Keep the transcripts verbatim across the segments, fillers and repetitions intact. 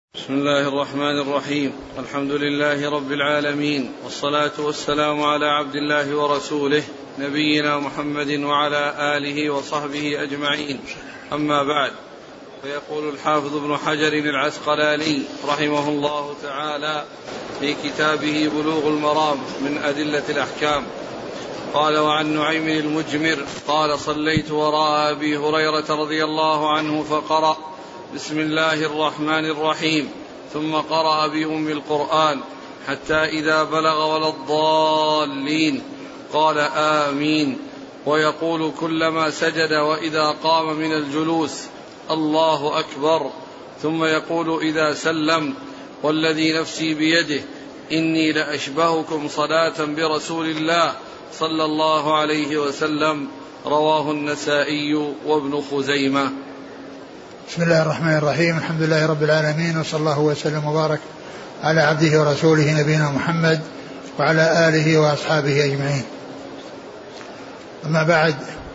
بسم الله الرحمن الرحيم. الحمد لله رب العالمين، والصلاة والسلام على عبد الله ورسوله نبينا محمد وعلى آله وصحبه أجمعين، أما بعد. فيقول الحافظ ابن حجر العسقلاني رحمه الله تعالى في كتابه بلوغ المرام من أدلة الأحكام قال: وعن نعيم المجمر قال: صليت وراء أبي هريرة رضي الله عنه فقرأ: بسم الله الرحمن الرحيم، ثم قرأ بأم القرآن حتى إذا بلغ ولا الضالين قال: آمين، ويقول كلما سجد وإذا قام من الجلوس: الله أكبر، ثم يقول إذا سلم: والذي نفسي بيده إني لأشبهكم صلاة برسول الله صلى الله عليه وسلم. رواه النسائي وابن خزيمة. بسم الله الرحمن الرحيم. الحمد لله رب العالمين، وصلى الله وسلم وبارك على عبده ورسوله نبينا محمد وعلى آله وأصحابه أجمعين. أما بعد،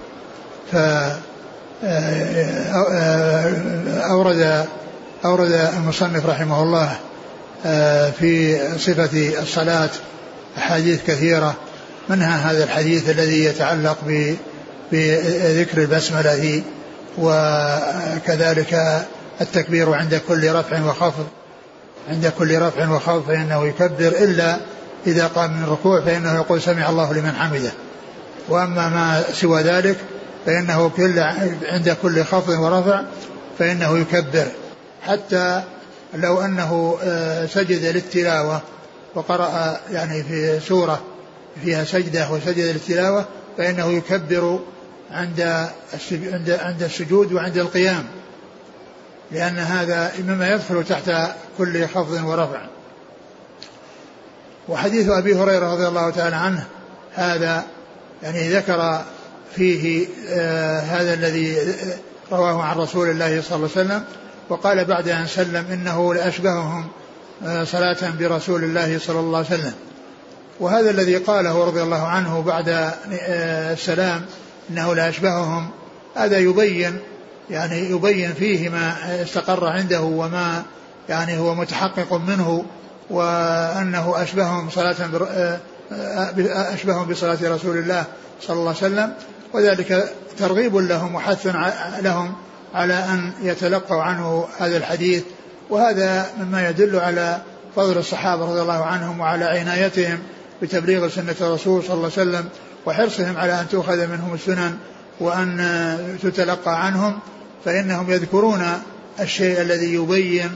فأورد أورد المصنف رحمه الله في صفة الصلاة أحاديث كثيرة، منها هذا الحديث الذي يتعلق بذكر البسملة، وكذلك التكبير عند كل رفع وخفض عند كل رفع وخفض فإنه يكبر، إلا إذا قام من الركوع فإنه يقول: سمع الله لمن حمده. وأما ما سوى ذلك فإنه كل عند كل خفض ورفع فإنه يكبر، حتى لو أنه سجد للتلاوة وقرأ يعني في سورة فيها سجدة وسجد للتلاوة فإنه يكبر عند عند السجود وعند القيام، لأن هذا مما يدخل تحت كل خفض ورفع. وحديث أبي هريرة رضي الله تعالى عنه هذا يعني ذكر فيه آه هذا الذي رواه عن رسول الله صلى الله عليه وسلم، وقال بعد أن سلم: إنه لأشبههم آه صلاة برسول الله صلى الله عليه وسلم. وهذا الذي قاله رضي الله عنه بعد آه السلام إنه لا أشبههم، هذا يبين يعني يبين فيه ما استقر عنده وما يعني هو متحقق منه، وأنه أشبههم صلاة أشبههم بصلاة رسول الله صلى الله عليه وسلم، وذلك ترغيب لهم وحث لهم على أن يتلقوا عنه هذا الحديث. وهذا مما يدل على فضل الصحابة رضي الله عنهم وعلى عنايتهم بتبليغ سنة الرسول صلى الله عليه وسلم، وحرصهم على أن تؤخذ منهم السنن وأن تتلقى عنهم، فإنهم يذكرون الشيء الذي يبين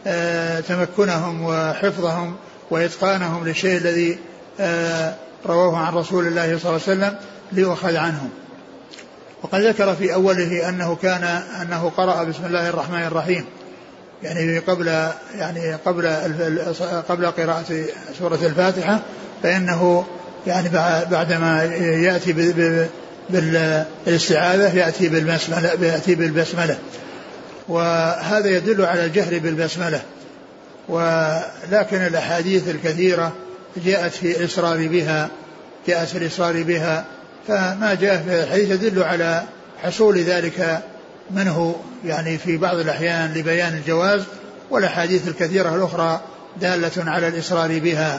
تمكنهم وحفظهم وإتقانهم للشيء الذي رواه عن رسول الله صلى الله عليه وسلم ليؤخذ عنهم. وقد ذكر في أوله أنه كان أنه قرأ بسم الله الرحمن الرحيم، يعني قبل يعني قبل قبل قراءة سورة الفاتحة، فإنه يعني بعدما يأتي بالاستعاذة يأتي بالبسملة يأتي بالبسملة وهذا يدل على الجهر بالبسملة. ولكن الأحاديث الكثيرة جاءت في الإصرار بها جاءت في الإصرار بها فما جاء في الحديث يدل على حصول ذلك منه يعني في بعض الأحيان لبيان الجواز، والأحاديث الكثيرة الأخرى دالة على الإصرار بها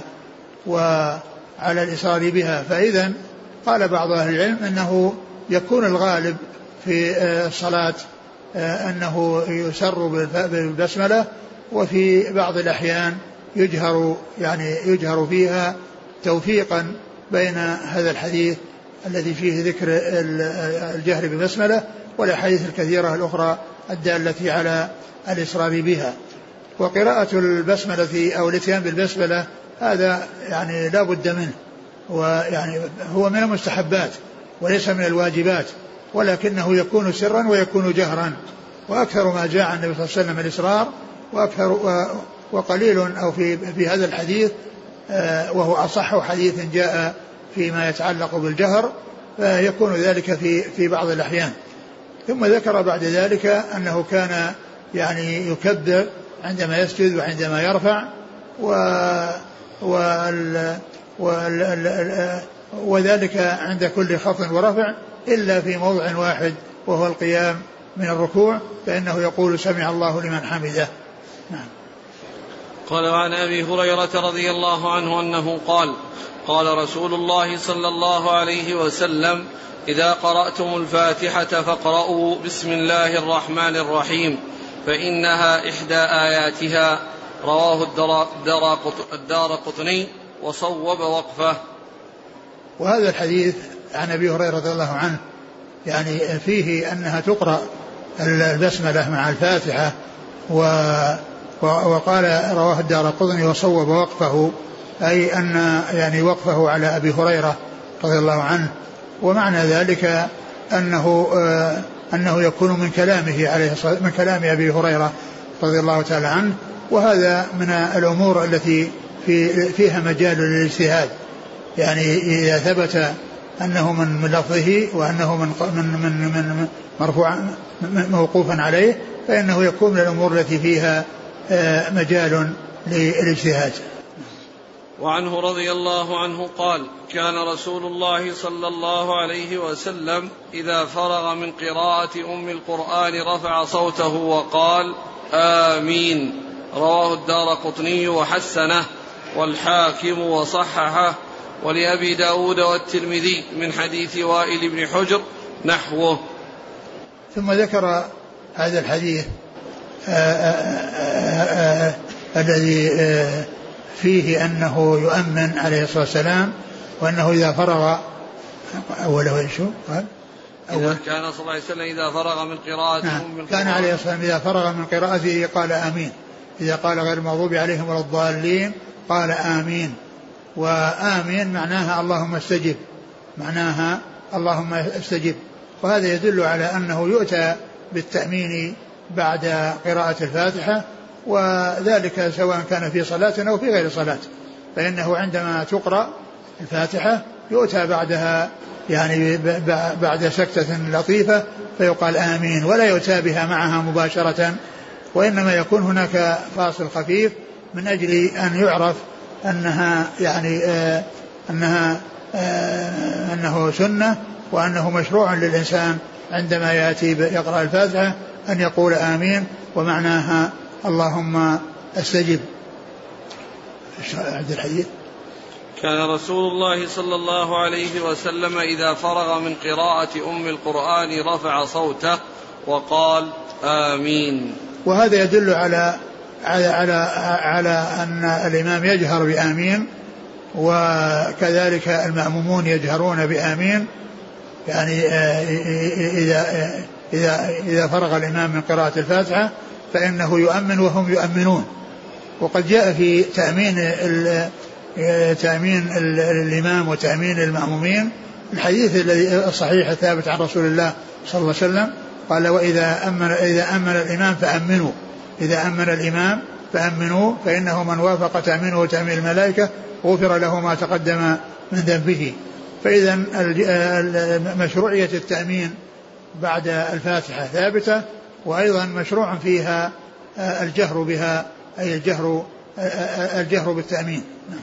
وعلى الإصرار بها. فإذا قال بعض أهل العلم أنه يكون الغالب في الصلاة أنه يسر بالبسملة، وفي بعض الأحيان يجهر يعني يجهر فيها توفيقا بين هذا الحديث الذي فيه ذكر الجهر بالبسملة والأحاديث الكثيرة الأخرى الدالة على الإصرار بها. وقراءة البسملة أو الاتيان بالبسملة هذا يعني لا بد منه، ويعني هو من المستحبات وليس من الواجبات، ولكنه يكون سرا ويكون جهرا. وأكثر ما جاء عن النبي صلى الله عليه وسلم الإصرار، وأكثر وقليل أو في في هذا الحديث وهو أصح حديث جاء فيما يتعلق بالجهر، فيكون ذلك في في بعض الأحيان. ثم ذكر بعد ذلك أنه كان يعني يكبر عندما يسجد وعندما يرفع، و وال وال وذلك عند كل خفض ورفع إلا في موضع واحد وهو القيام من الركوع، فإنه يقول: سمع الله لمن حمده. نعم. قال وعن أبي هريرة رضي الله عنه أنه قال قال رسول الله صلى الله عليه وسلم إذا قرأتم الفاتحة فاقرأوا بسم الله الرحمن الرحيم فإنها إحدى آياتها. رواه الدار قطني وصوب وقفه. وهذا الحديث عن أبي هريرة رضي الله عنه يعني فيه أنها تقرأ البسملة مع الفاتحة، وقال رواه الدار قطني وصوب وقفه، أي أن يعني وقفه على أبي هريرة رضي الله عنه. ومعنى ذلك أنه أنه يكون من كلامه عليه الصلاة من كلام أبي هريرة رضي الله تعالى عنه، وهذا من الأمور التي في فيها مجال للاجتهاد. يعني إذا ثبت أنه من من لفظه وأنه من من من, من مرفوع موقوفا عليه فإنه يكون من الأمور التي فيها مجال للاجتهاد. وعنه رضي الله عنه قال كان رسول الله صلى الله عليه وسلم إذا فرغ من قراءة أم القرآن رفع صوته وقال آمين. رواه الدار قطني وحسنه والحاكم وصححه، ولأبي داود والترمذي من حديث وائل بن حجر نحوه. ثم ذكر هذا الحديث الذي فيه أنه يؤمن عليه الصلاة والسلام، وأنه إذا فرغ أوله إيش قال؟ إذا كان صلى الله عليه وسلم إذا فرغ من قراءته نعم. كان عليه الصلاة والسلام إذا فرغ من قراءته قال آمين. إذا قال غير المغضوب عليهم ولا الضالين قال آمين. وآمين معناها اللهم استجب، معناها اللهم استجب. وهذا يدل على أنه يؤتى بالتأمين بعد قراءة الفاتحة، وذلك سواء كان في صلاة أو في غير صلاة، فإنه عندما تقرأ الفاتحة يؤتى بعدها يعني بعد سكتة لطيفة فيقال آمين، ولا يؤتى بها معها مباشرة، وإنما يكون هناك فاصل خفيف من أجل أن يعرف أنها يعني آه أنها آه أنه سنة، وأنه مشروع للإنسان عندما يأتي يقرأ الفاتحة أن يقول آمين، ومعناها اللهم استجب. عند الحديث كان رسول الله صلى الله عليه وسلم إذا فرغ من قراءة أم القرآن رفع صوته وقال آمين. وهذا يدل على على على, على أن الإمام يجهر بآمين، وكذلك المأمومون يجهرون بآمين. يعني إذا إذا إذا فرغ الإمام من قراءة الفاتحة فإنه يؤمن وهم يؤمنون. وقد جاء في تأمين تأمين الإمام وتأمين المأمومين الحديث الذي الصحيح الثابت عن رسول الله صلى الله عليه وسلم قال وإذا أمن إذا أمن الإمام فأمنوا إذا أمن الإمام فأمنوا فإنه من وافق تأمينه وتأمين الملائكة غفر له ما تقدم من ذنبه. فإذا مشروعية التأمين بعد الفاتحة ثابتة، وأيضا مشروع فيها الجهر بها، أي الجهر الجهر بالتأمين.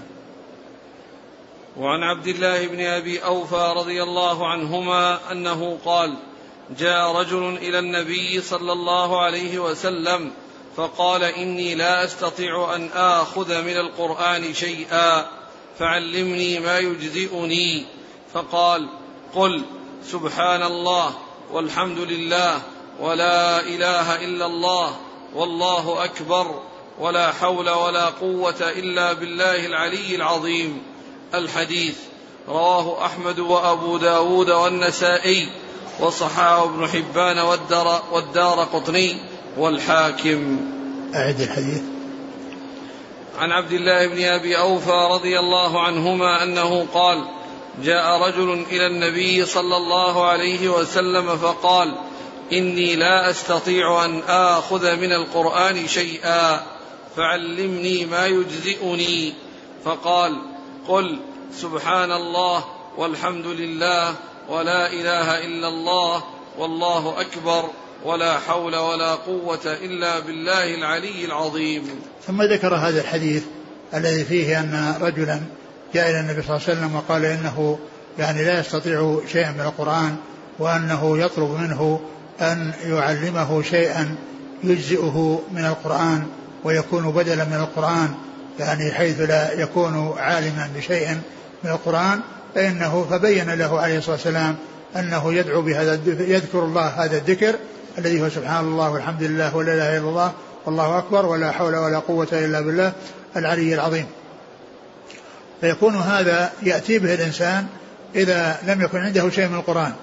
وعن عبد الله بن أبي أوفى رضي الله عنهما أنه قال جاء رجل إلى النبي صلى الله عليه وسلم فقال إني لا أستطيع أن آخذ من القرآن شيئا فعلمني ما يجزئني. فقال قل سبحان الله والحمد لله ولا إله إلا الله والله أكبر ولا حول ولا قوة إلا بالله العلي العظيم. الحديث رواه أحمد وأبو داود والنسائي وصححه ابن حبان والدار, والدار قطني والحاكم. أعد الحديث. عن عبد الله بن أبي أوفى رضي الله عنهما أنه قال جاء رجل إلى النبي صلى الله عليه وسلم فقال إني لا أستطيع أن آخذ من القرآن شيئا فعلمني ما يجزئني. فقال قل سبحان الله والحمد لله ولا إله إلا الله والله أكبر ولا حول ولا قوة إلا بالله العلي العظيم. ثم ذكر هذا الحديث الذي فيه أن رجلا جاء إلى النبي صلى الله عليه وسلم وقال إنه يعني لا يستطيع شيئا من القرآن، وأنه يطلب منه أن يعلمه شيئا يجزئه من القرآن. ويكون بدلا من القرآن، يعني حيث لا يكون عالما بشيء من القرآن، فإنه فبين له عليه الصلاة والسلام أنه يدعو بهذا يذكر الله هذا الذكر الذي هو سبحان الله والحمد لله ولا إله إلا الله والله أكبر ولا حول ولا قوة إلا بالله العلي العظيم. فيكون هذا يأتي به الإنسان إذا لم يكن عنده شيء من القرآن.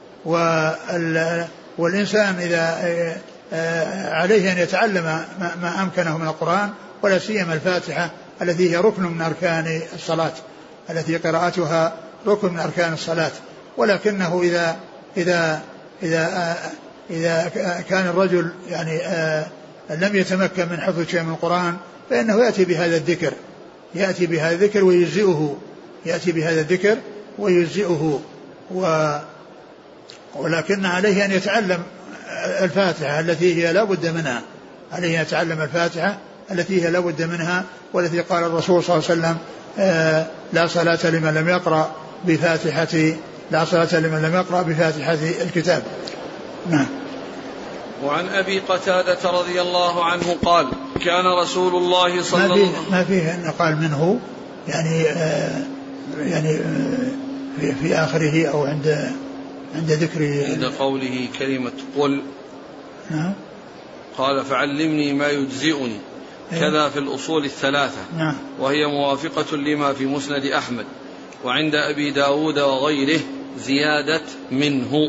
والإنسان إذا عليه أن يتعلم ما أمكنه من القرآن، ولا سيما الفاتحة التي هي ركن من أركان الصلاة، التي قراءتها ركن من أركان الصلاة. ولكنه إذا إذا إذا إذا كان الرجل يعني لم يتمكن من حفظ شيء من القرآن، فإنه يأتي بهذا الذكر يأتي بهذا الذكر ويجزئه يأتي بهذا الذكر ويجزئه و ولكن عليه أن يتعلم الفاتحة التي هي لا بد منها عليه أن يتعلم الفاتحة التي هي لا بد منها، والتي قال الرسول صلى الله عليه وسلم آه لا صلاة لمن لم يقرأ بفاتحة لا صلاة لمن لم يقرأ بفاتحة الكتاب. نعم. وعن أبي قتادة رضي الله عنه قال كان رسول الله صلى الله عليه وسلم ما فيه أن قال منه يعني آه يعني آه في, في آخره أو عند عند ذكر عند قوله كلمة قل. نعم. قال فعلمني ما يجزئني كذا في الأصول الثلاثة. نعم. وهي موافقة لما في مسند أحمد. وعند أبي داود وغيره زيادة منه.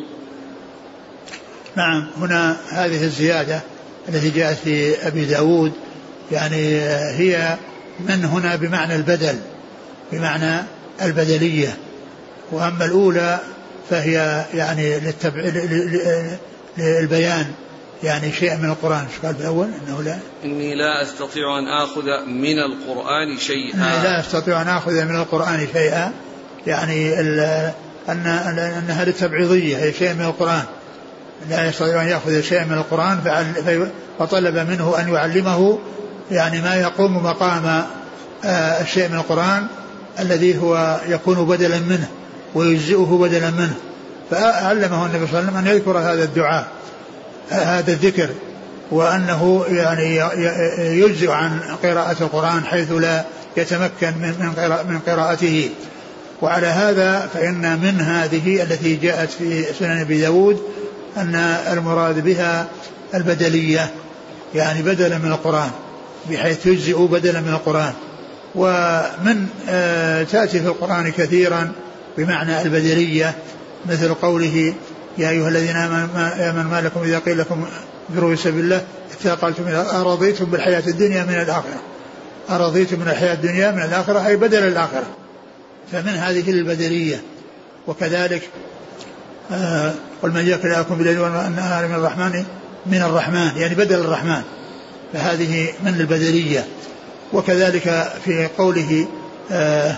نعم. هنا هذه الزيادة التي جاءت في أبي داود يعني هي من هنا بمعنى البدل بمعنى البدلية، وأما الأولى فهي يعني للتبع... للبيان يعني شيء من القرآن. ايش قال بالأول؟ إنه لا إني لا أستطيع أن آخذ من القرآن شيئا إني لا أستطيع أن آخذ من القرآن شيئا يعني ال... أن... أنها للتبعيضية، هي شيء من القرآن، لا يستطيع أن يأخذ شيء من القرآن فعل... فطلب منه أن يعلمه يعني ما يقوم مقام آه الشيء من القرآن الذي هو يكون بدلا منه ويجزئه بدلا منه. فعلمه النبي صلى الله عليه وسلم أن يذكر هذا الدعاء هذا الذكر، وأنه يعني يجزئ عن قراءة القرآن حيث لا يتمكن من قراءته. وعلى هذا فإن من هذه التي جاءت في سنن أبي داود أن المراد بها البدلية يعني بدلا من القرآن بحيث يجزئ بدلا من القرآن. ومن تأتي في القرآن كثيرا بمعنى البدلية مثل قوله يا أيها الذين آمنوا ما لكم إذا قيل لكم انفروا في سبيل الله اتقلتم أرضيتم بالحياة الدنيا من الآخرة أرضيتم من الحياة الدنيا من الآخرة أي بدل الآخرة، فمن هذه البدلية. وكذلك آه قل من يكلأكم بالليل والنهار من الرحمن من الرحمن يعني بدل الرحمن، فهذه من البدلية. وكذلك في قوله آه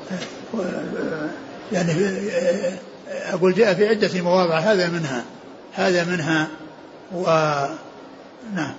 يعني أقول جاء في عدة مواضع هذا منها هذا منها و نعم.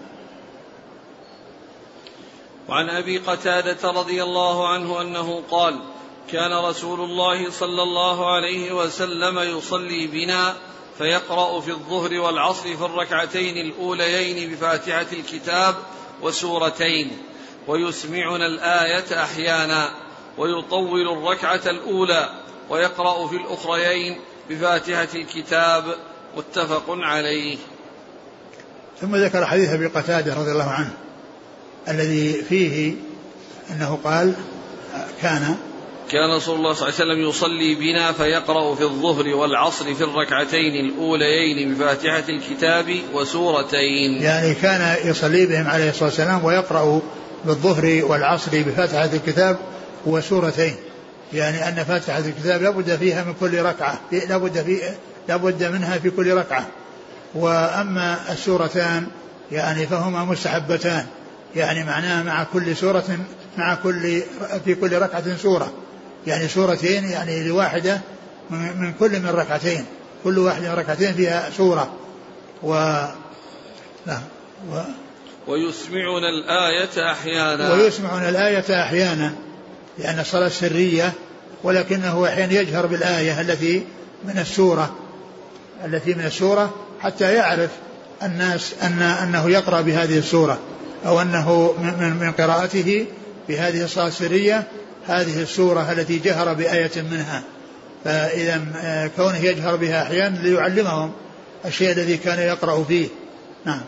وعن أبي قتادة رضي الله عنه أنه قال كان رسول الله صلى الله عليه وسلم يصلي بنا فيقرأ في الظهر والعصر في الركعتين الأوليين بفاتحة الكتاب وسورتين ويسمعنا الآية أحيانا ويطول الركعة الأولى ويقرأ في الأخريين بفاتحة الكتاب متفق عليه. ثم ذكر حديث أبي قتادة رضي الله عنه الذي فيه أنه قال كان كان رسول الله صلى الله عليه وسلم يصلي بنا فيقرأ في الظهر والعصر في الركعتين الأوليين بفاتحة الكتاب وسورتين، يعني كان يصلي بهم عليه الصلاة والسلام ويقرأ بالظهر والعصر بفاتحة الكتاب وسورتين، يعني أن فاتحة الكتاب لابد فيها من كل ركعة لابد, في لابد منها في كل ركعة. وأما السورتان يعني فهما مستحبتان، يعني معناها مع كل سورة مع كل في كل ركعة سورة، يعني سورتين يعني لواحدة من كل من ركعتين، كل واحدة من ركعتين فيها سورة. و لا و ويسمعنا الآية أحيانا ويسمعنا الآية أحيانا لأن الصلاة سرية، ولكنه أحيانا يجهر بالآية التي من السورة التي من السورة حتى يعرف الناس أن أنه يقرأ بهذه السورة، أو أنه من, من قراءته بهذه الصلاة السرية هذه السورة التي جهر بآية منها. فإذا كونه يجهر بها أحيانا ليعلمهم الشيء الذي كان يقرأ فيه. نعم.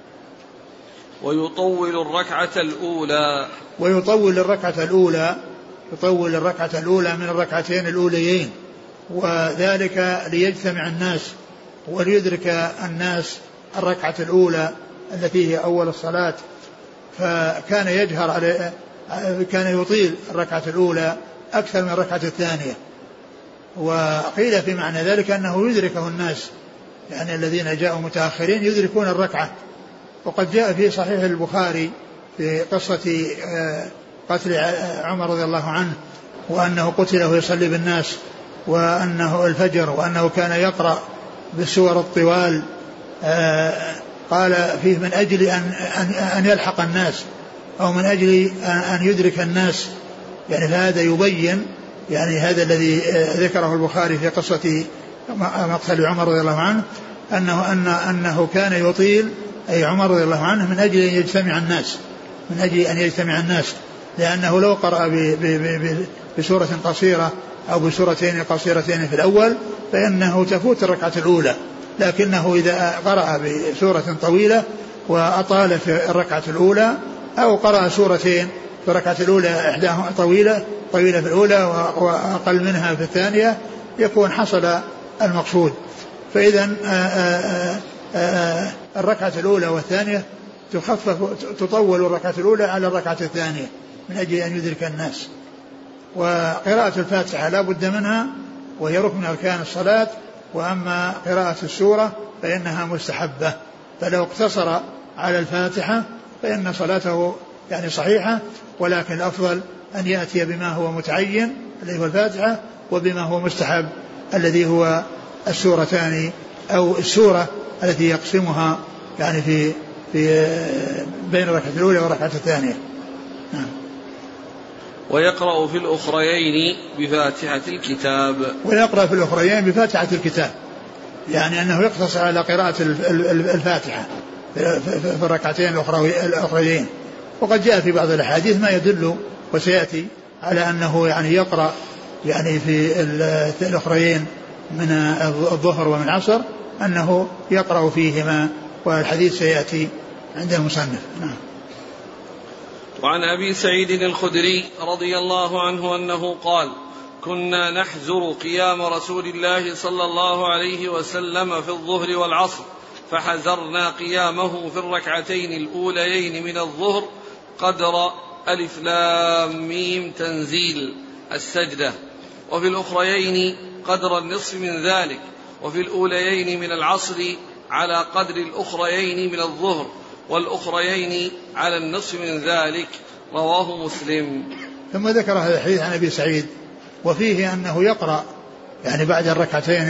ويطول الركعة الأولى ويطول الركعة الأولى يطول الركعة الأولى من الركعتين الأوليين، وذلك ليجتمع الناس وليدرك الناس الركعة الأولى التي هي أول الصلاة. فكان يجهر على كان يطيل الركعة الأولى أكثر من الركعة الثانية. وقيل في معنى ذلك أنه يدركه الناس، يعني الذين جاءوا متأخرين يدركون الركعة. وقد جاء في صحيح البخاري في قصة قتل عمر رضي الله عنه، وأنه قتل ويصلي بالناس، وأنه الفجر، وأنه كان يقرأ بالسور الطوال. قال فيه من أجل أن, أن يلحق الناس أو من أجل أن يدرك الناس، يعني هذا يبين يعني هذا الذي ذكره البخاري في قصة مقتل عمر رضي الله عنه أنه, أن أنه كان يطيل أي عمر رضي الله عنه من أجل أن يجتمع الناس من أجل أن يجتمع الناس لأنه لو قرأ بسورة قصيرة أو بسورتين قصيرتين في الأول فإنه تفوت الركعة الأولى، لكنه إذا قرأ بسورة طويلة وأطال في الركعة الأولى أو قرأ سورتين في الركعة الأولى إحداهما طويلة طويلة في الأولى وأقل منها في الثانية يكون حصل المقصود. فإذا الركعة الأولى والثانية تخفف تطول الركعة الأولى على الركعة الثانية من أجل أن يدرك الناس. وقراءة الفاتحة لا بد منها وهي ركن من أركان الصلاة، وأما قراءة السورة فإنها مستحبة، فلو اقتصر على الفاتحة فإن صلاته يعني صحيحة، ولكن الأفضل أن يأتي بما هو متعين الذي هو الفاتحة وبما هو مستحب الذي هو السورتان أو السورة التي يقسمها يعني في في بين الركعة الأولى والركعة الثانية. نعم. ويقرأ في الأخريين بفاتحة الكتاب ويقرأ في الأخريين بفاتحة الكتاب، يعني أنه يقتصر على قراءة الفاتحة في الركعتين الأخريين. وقد جاء في بعض الأحاديث ما يدل وسيأتي على أنه يعني يقرأ يعني في الأخريين من الظهر ومن العصر أنه يقرأ فيهما، والحديث سيأتي عند المصنف. نعم. وعن أبي سعيد الخدري رضي الله عنه أنه قال: كنا نحزر قيام رسول الله صلى الله عليه وسلم في الظهر والعصر، فحزرنا قيامه في الركعتين الأوليين من الظهر قدر ألف لام ميم تنزيل السجدة، وفي الأخريين قدر النصف من ذلك، وفي الأوليين من العصر على قدر الأخريين من الظهر، والأخريين على النصف من ذلك. رواه مسلم. ثم ذكر هذا الحديث عن أبي سعيد وفيه أنه يقرأ يعني بعد الركعتين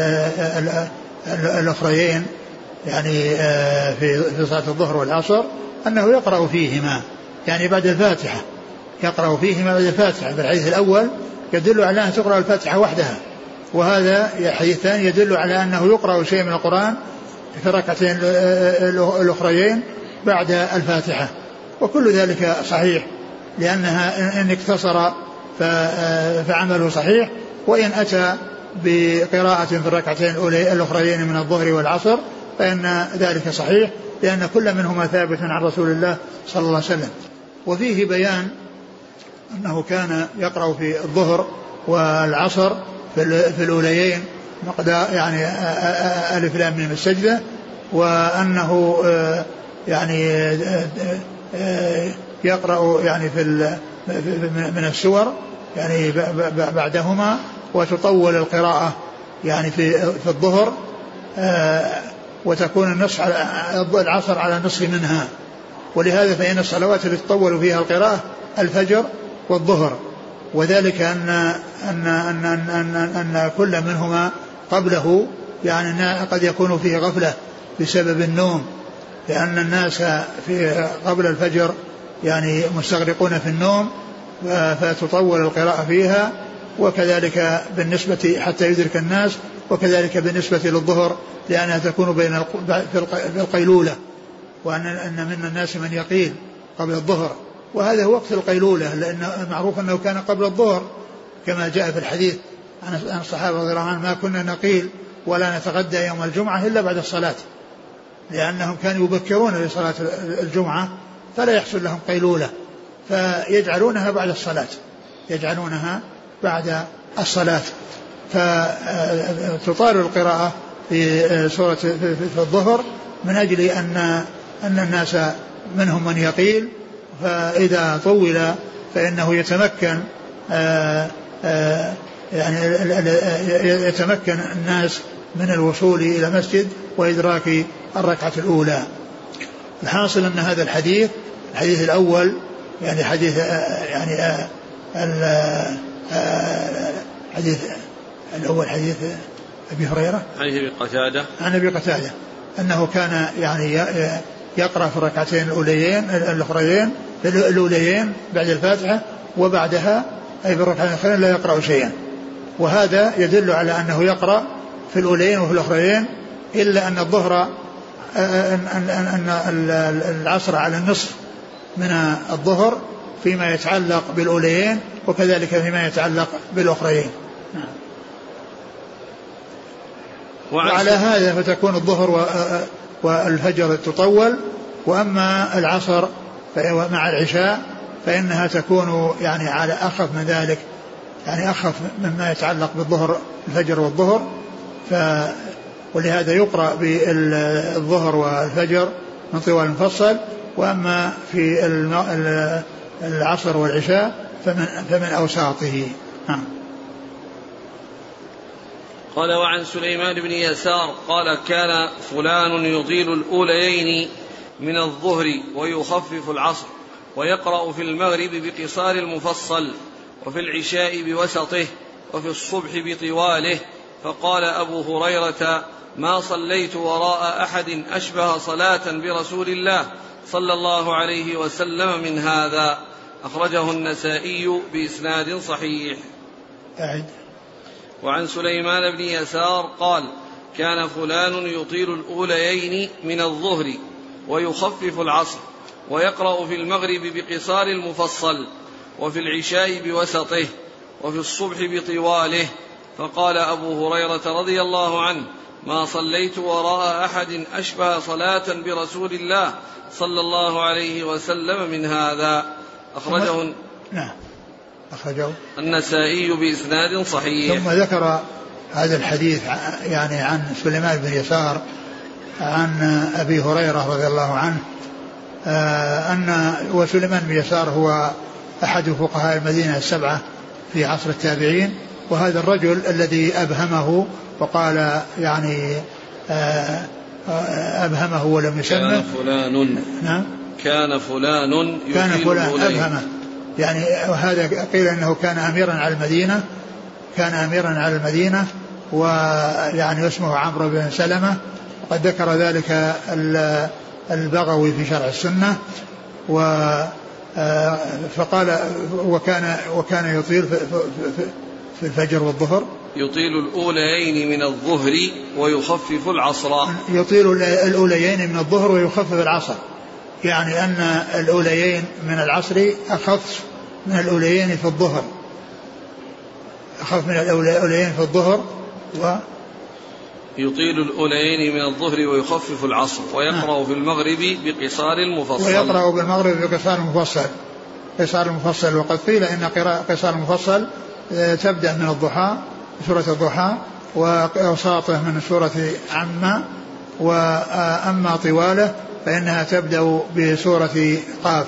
الأخريين يعني في صلاة الظهر والعصر أنه يقرأ فيهما يعني بعد الفاتحة، يقرأ فيهما بعد الفاتحة. في الحديث الأول يدل على أن تقرأ الفاتحة وحدها، وهذا الحديث الثاني يدل على أنه يقرأ شيء من القرآن في الركعتين الأخريين بعد الفاتحة، وكل ذلك صحيح لأنها إن اقتصر فعمله صحيح، وإن أتى بقراءة في الركعتين الأخريين من الظهر والعصر فإن ذلك صحيح، لأن كل منهما ثابت عن رسول الله صلى الله عليه وسلم. وفيه بيان أنه كان يقرأ في الظهر والعصر في الأوليين مقدار يعني ألف لام ميم السجدة، وأنه يعني يقرأ يعني في من السور يعني بعدهما، وتطول القراءة يعني في في الظهر وتكون النصف على العصر على النصف منها. ولهذا فإن الصلوات التي تطول فيها القراءة الفجر والظهر، وذلك أن أن أن أن, أن, أن كل منهما قبله يعني قد يكون فيه غفلة بسبب النوم، لأن الناس في قبل الفجر يعني مستغرقون في النوم فتطول القراءة فيها، وكذلك بالنسبة حتى يدرك الناس، وكذلك بالنسبة للظهر لأنها تكون بين في القيلولة وأن أن من الناس من يقيل قبل الظهر، وهذا هو وقت القيلولة، لأن معروف أنه كان قبل الظهر كما جاء في الحديث عن الصحابة رضي الله عنهم: ما كنا نقيل ولا نتغدى يوم الجمعة إلا بعد الصلاة، لأنهم كانوا يبكرون لصلاة الجمعة فلا يحصل لهم قيلولة، فيجعلونها بعد الصلاة يجعلونها بعد الصلاة فتطال القراءة في سورة في الظهر من أجل أن أن الناس منهم من يقيل، فإذا طول فإنه يتمكن آآ آآ يعني يتمكن الناس من الوصول إلى مسجد وإدراك الركعة الأولى. الحاصل أن هذا الحديث الحديث الأول يعني حديث يعني الحديث الأول حديث أبي هريرة عن أبي قتادة عن أبي قتادة أنه كان يعني يقرأ في الركعتين الأوليين الأخرين الأوليين بعد الفاتحة، وبعدها أي بالركعتين الأخرين لا يقرأ شيئا، وهذا يدل على أنه يقرأ في الأوليين وفي الأخرين، إلا أن الظهر أن العصر على النصف من الظهر فيما يتعلق بالأوليين، وكذلك فيما يتعلق بالأخرين. وعلى هذا فتكون الظهر والفجر تطول، وأما العصر مع العشاء فإنها تكون يعني على أخف من ذلك، يعني أخف مما يتعلق بالظهر الفجر والظهر، ف ولهذا يقرأ بالظهر والفجر من طوال المفصل، وأما في العصر والعشاء فمن, فمن أوساطه. قال: وعن سليمان بن يسار قال: كان فلان يطيل الأوليين من الظهر ويخفف العصر، ويقرأ في المغرب بقصار المفصل، وفي العشاء بوسطه، وفي الصبح بطواله. فقال أبو هريرة: ما صليت وراء أحد أشبه صلاة برسول الله صلى الله عليه وسلم من هذا. أخرجه النسائي بإسناد صحيح. أعد. وعن سليمان بن يسار قال: كان فلان يطيل الأوليين من الظهر ويخفف العصر، ويقرأ في المغرب بقصار المفصل، وفي العشاء بوسطه، وفي الصبح بطواله. فقال أبو هريرة رضي الله عنه: ما صليت وراء أحد أشبه صلاة برسول الله صلى الله عليه وسلم من هذا. أخرجه نعم أخرجه النسائي بإسناد صحيح. ثم ذكر هذا الحديث يعني عن سليمان بن يسار عن أبي هريرة رضي الله عنه أن وسليمان بن يسار هو أحد فقهاء المدينة السبعة في عصر التابعين، وهذا الرجل الذي أبهمه وقال يعني أبهمه ولم يسمه كان فلان نعم كان فلان كان فلان أبهمه، يعني وهذا قيل أنه كان أميرا على المدينة كان أميرا على المدينة ويعني اسمه عمرو بن سلمة، وقد ذكر ذلك البغوي في شرح السنة. و فقال وكان وكان يطيل في, في, في الفجر والظهر، يطيل الأوليين من الظهر ويخفف العصر، يطيل الأوليين من الظهر ويخفف العصر، يعني أن الأوليين من العصر أخف من الأوليين في الظهر أخف من الأوليين في الظهر و يطيل الأوليين من الظهر ويخفف العصر، ويقرأ في المغرب بقصار المفصل ويقرأ بالمغرب بقصار المفصل قصار المفصل وقد قيل إن قراءة قصار المفصل تبدأ من الضحى سورة الضحى وأوساطه من سورة عما، وأما طواله فإنها تبدأ بسورة قاف،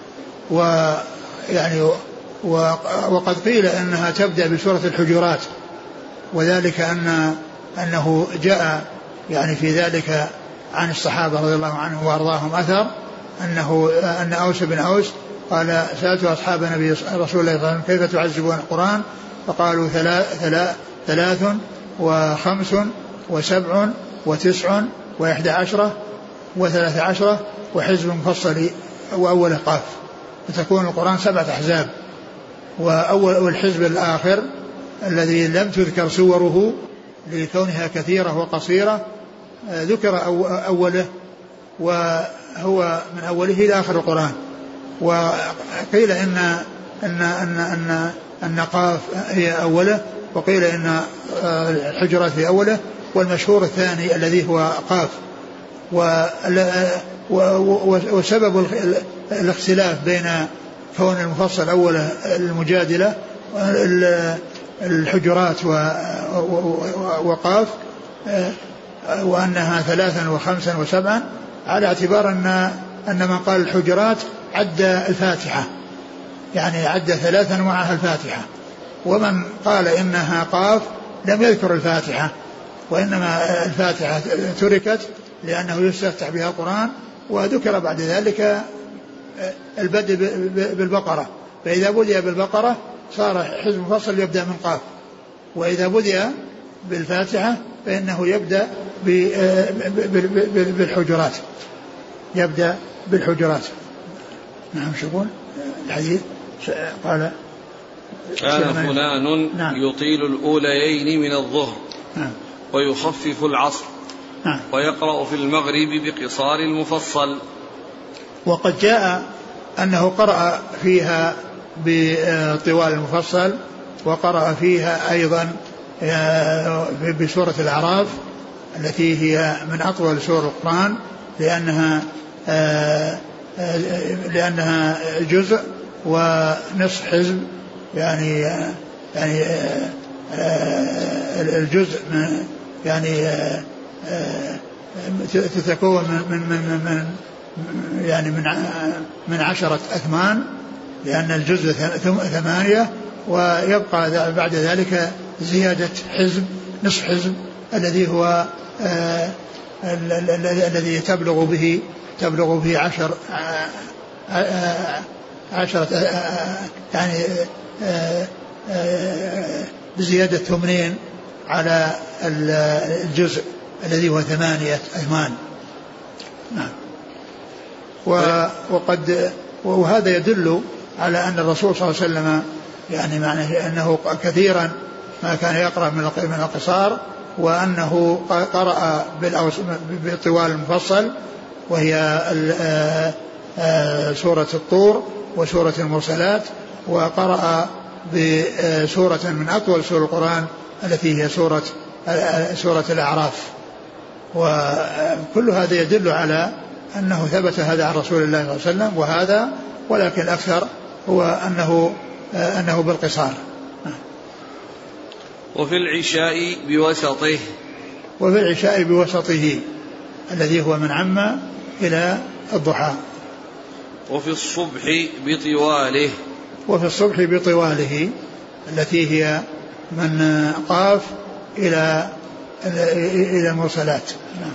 ويعني وقد قيل إنها تبدأ بسورة الحجرات، وذلك أن أنه جاء يعني في ذلك عن الصحابة رضي الله عنهم وأرضاهم أثر أنه أن أوس بن أوس قال: سألت أصحاب النبي رسول الله صلى الله عليه وسلم كيف تعذبون القرآن؟ فقالوا ثلاث, ثلاث, ثلاث وخمس وسبع وتسع وإحدى عشرة وثلاث عشرة وحزب مفصل وأول قاف، فتكون القرآن سبعة أحزاب، وأول والحزب الآخر الذي لم تذكر سوره لكونها كثيرة وقصيرة ذكر أوله، هو من أوله إلى آخر القرآن. وقيل إن أن أن أن أن قاف هي أوله، وقيل إن الحجرات في أوله، والمشهور الثاني الذي هو قاف. وسبب الاختلاف بين كون المفصل أوله المجادلة الحجرات وقاف وأنها ثلاثا وخمسا وسبعا، على اعتبار أن أن من قال الحجرات عد الفاتحة، يعني عد ثلاثا ومعها الفاتحة، ومن قال إنها قاف لم يذكر الفاتحة، وإنما الفاتحة تركت لأنه يستفتح بها القرآن، وذكر بعد ذلك البدء بالبقرة، فإذا بدأ بالبقرة صار حزب مفصل يبدأ من قاف، وإذا بدأ بالفاتحة فإنه يبدأ بالحجرات، يبدأ بالحجرات. نعم. شو يقول الحديث؟ قال كان فلان نعم. يطيل الأوليين من الظهر نعم. ويخفف العصر نعم. ويقرأ في المغرب بقصار المفصل. وقد جاء أنه قرأ فيها بطوال المفصل، وقرأ فيها أيضا بسورة الأعراف التي هي من أطول سور القرآن، لأنها لأنها جزء ونصف حزب، يعني يعني الجزء يعني تتكون من من من يعني من من عشرة أثمان، لأن الجزء ثمانية، ويبقى بعد ذلك زيادة حزب نصف حزب الذي هو الذي تبلغ به تبلغ به عشر عشرة يعني بزيادة ثمانين على الجزء الذي هو ثمانية أثمان. نعم. وقد وهذا يدل على أن الرسول صلى الله عليه وسلم يعني معناه أنه كثيرا ما كان يقرأ من القصار، وأنه قرأ بالطوال المفصل، وهي سورة الطور وسورة المرسلات، وقرأ بسورة من أطول سور القرآن التي هي سورة سورة الأعراف. وكل هذا يدل على أنه ثبت هذا عن رسول الله صلى الله عليه وسلم، وهذا ولكن الأكثر هو أنه أنه بالقصار. وفي العشاء بوسطه وفي العشاء بوسطه الذي هو من عم إلى الضحى. وفي الصبح بطواله وفي الصبح بطواله التي هي من قاف إلى إلى المرسلات.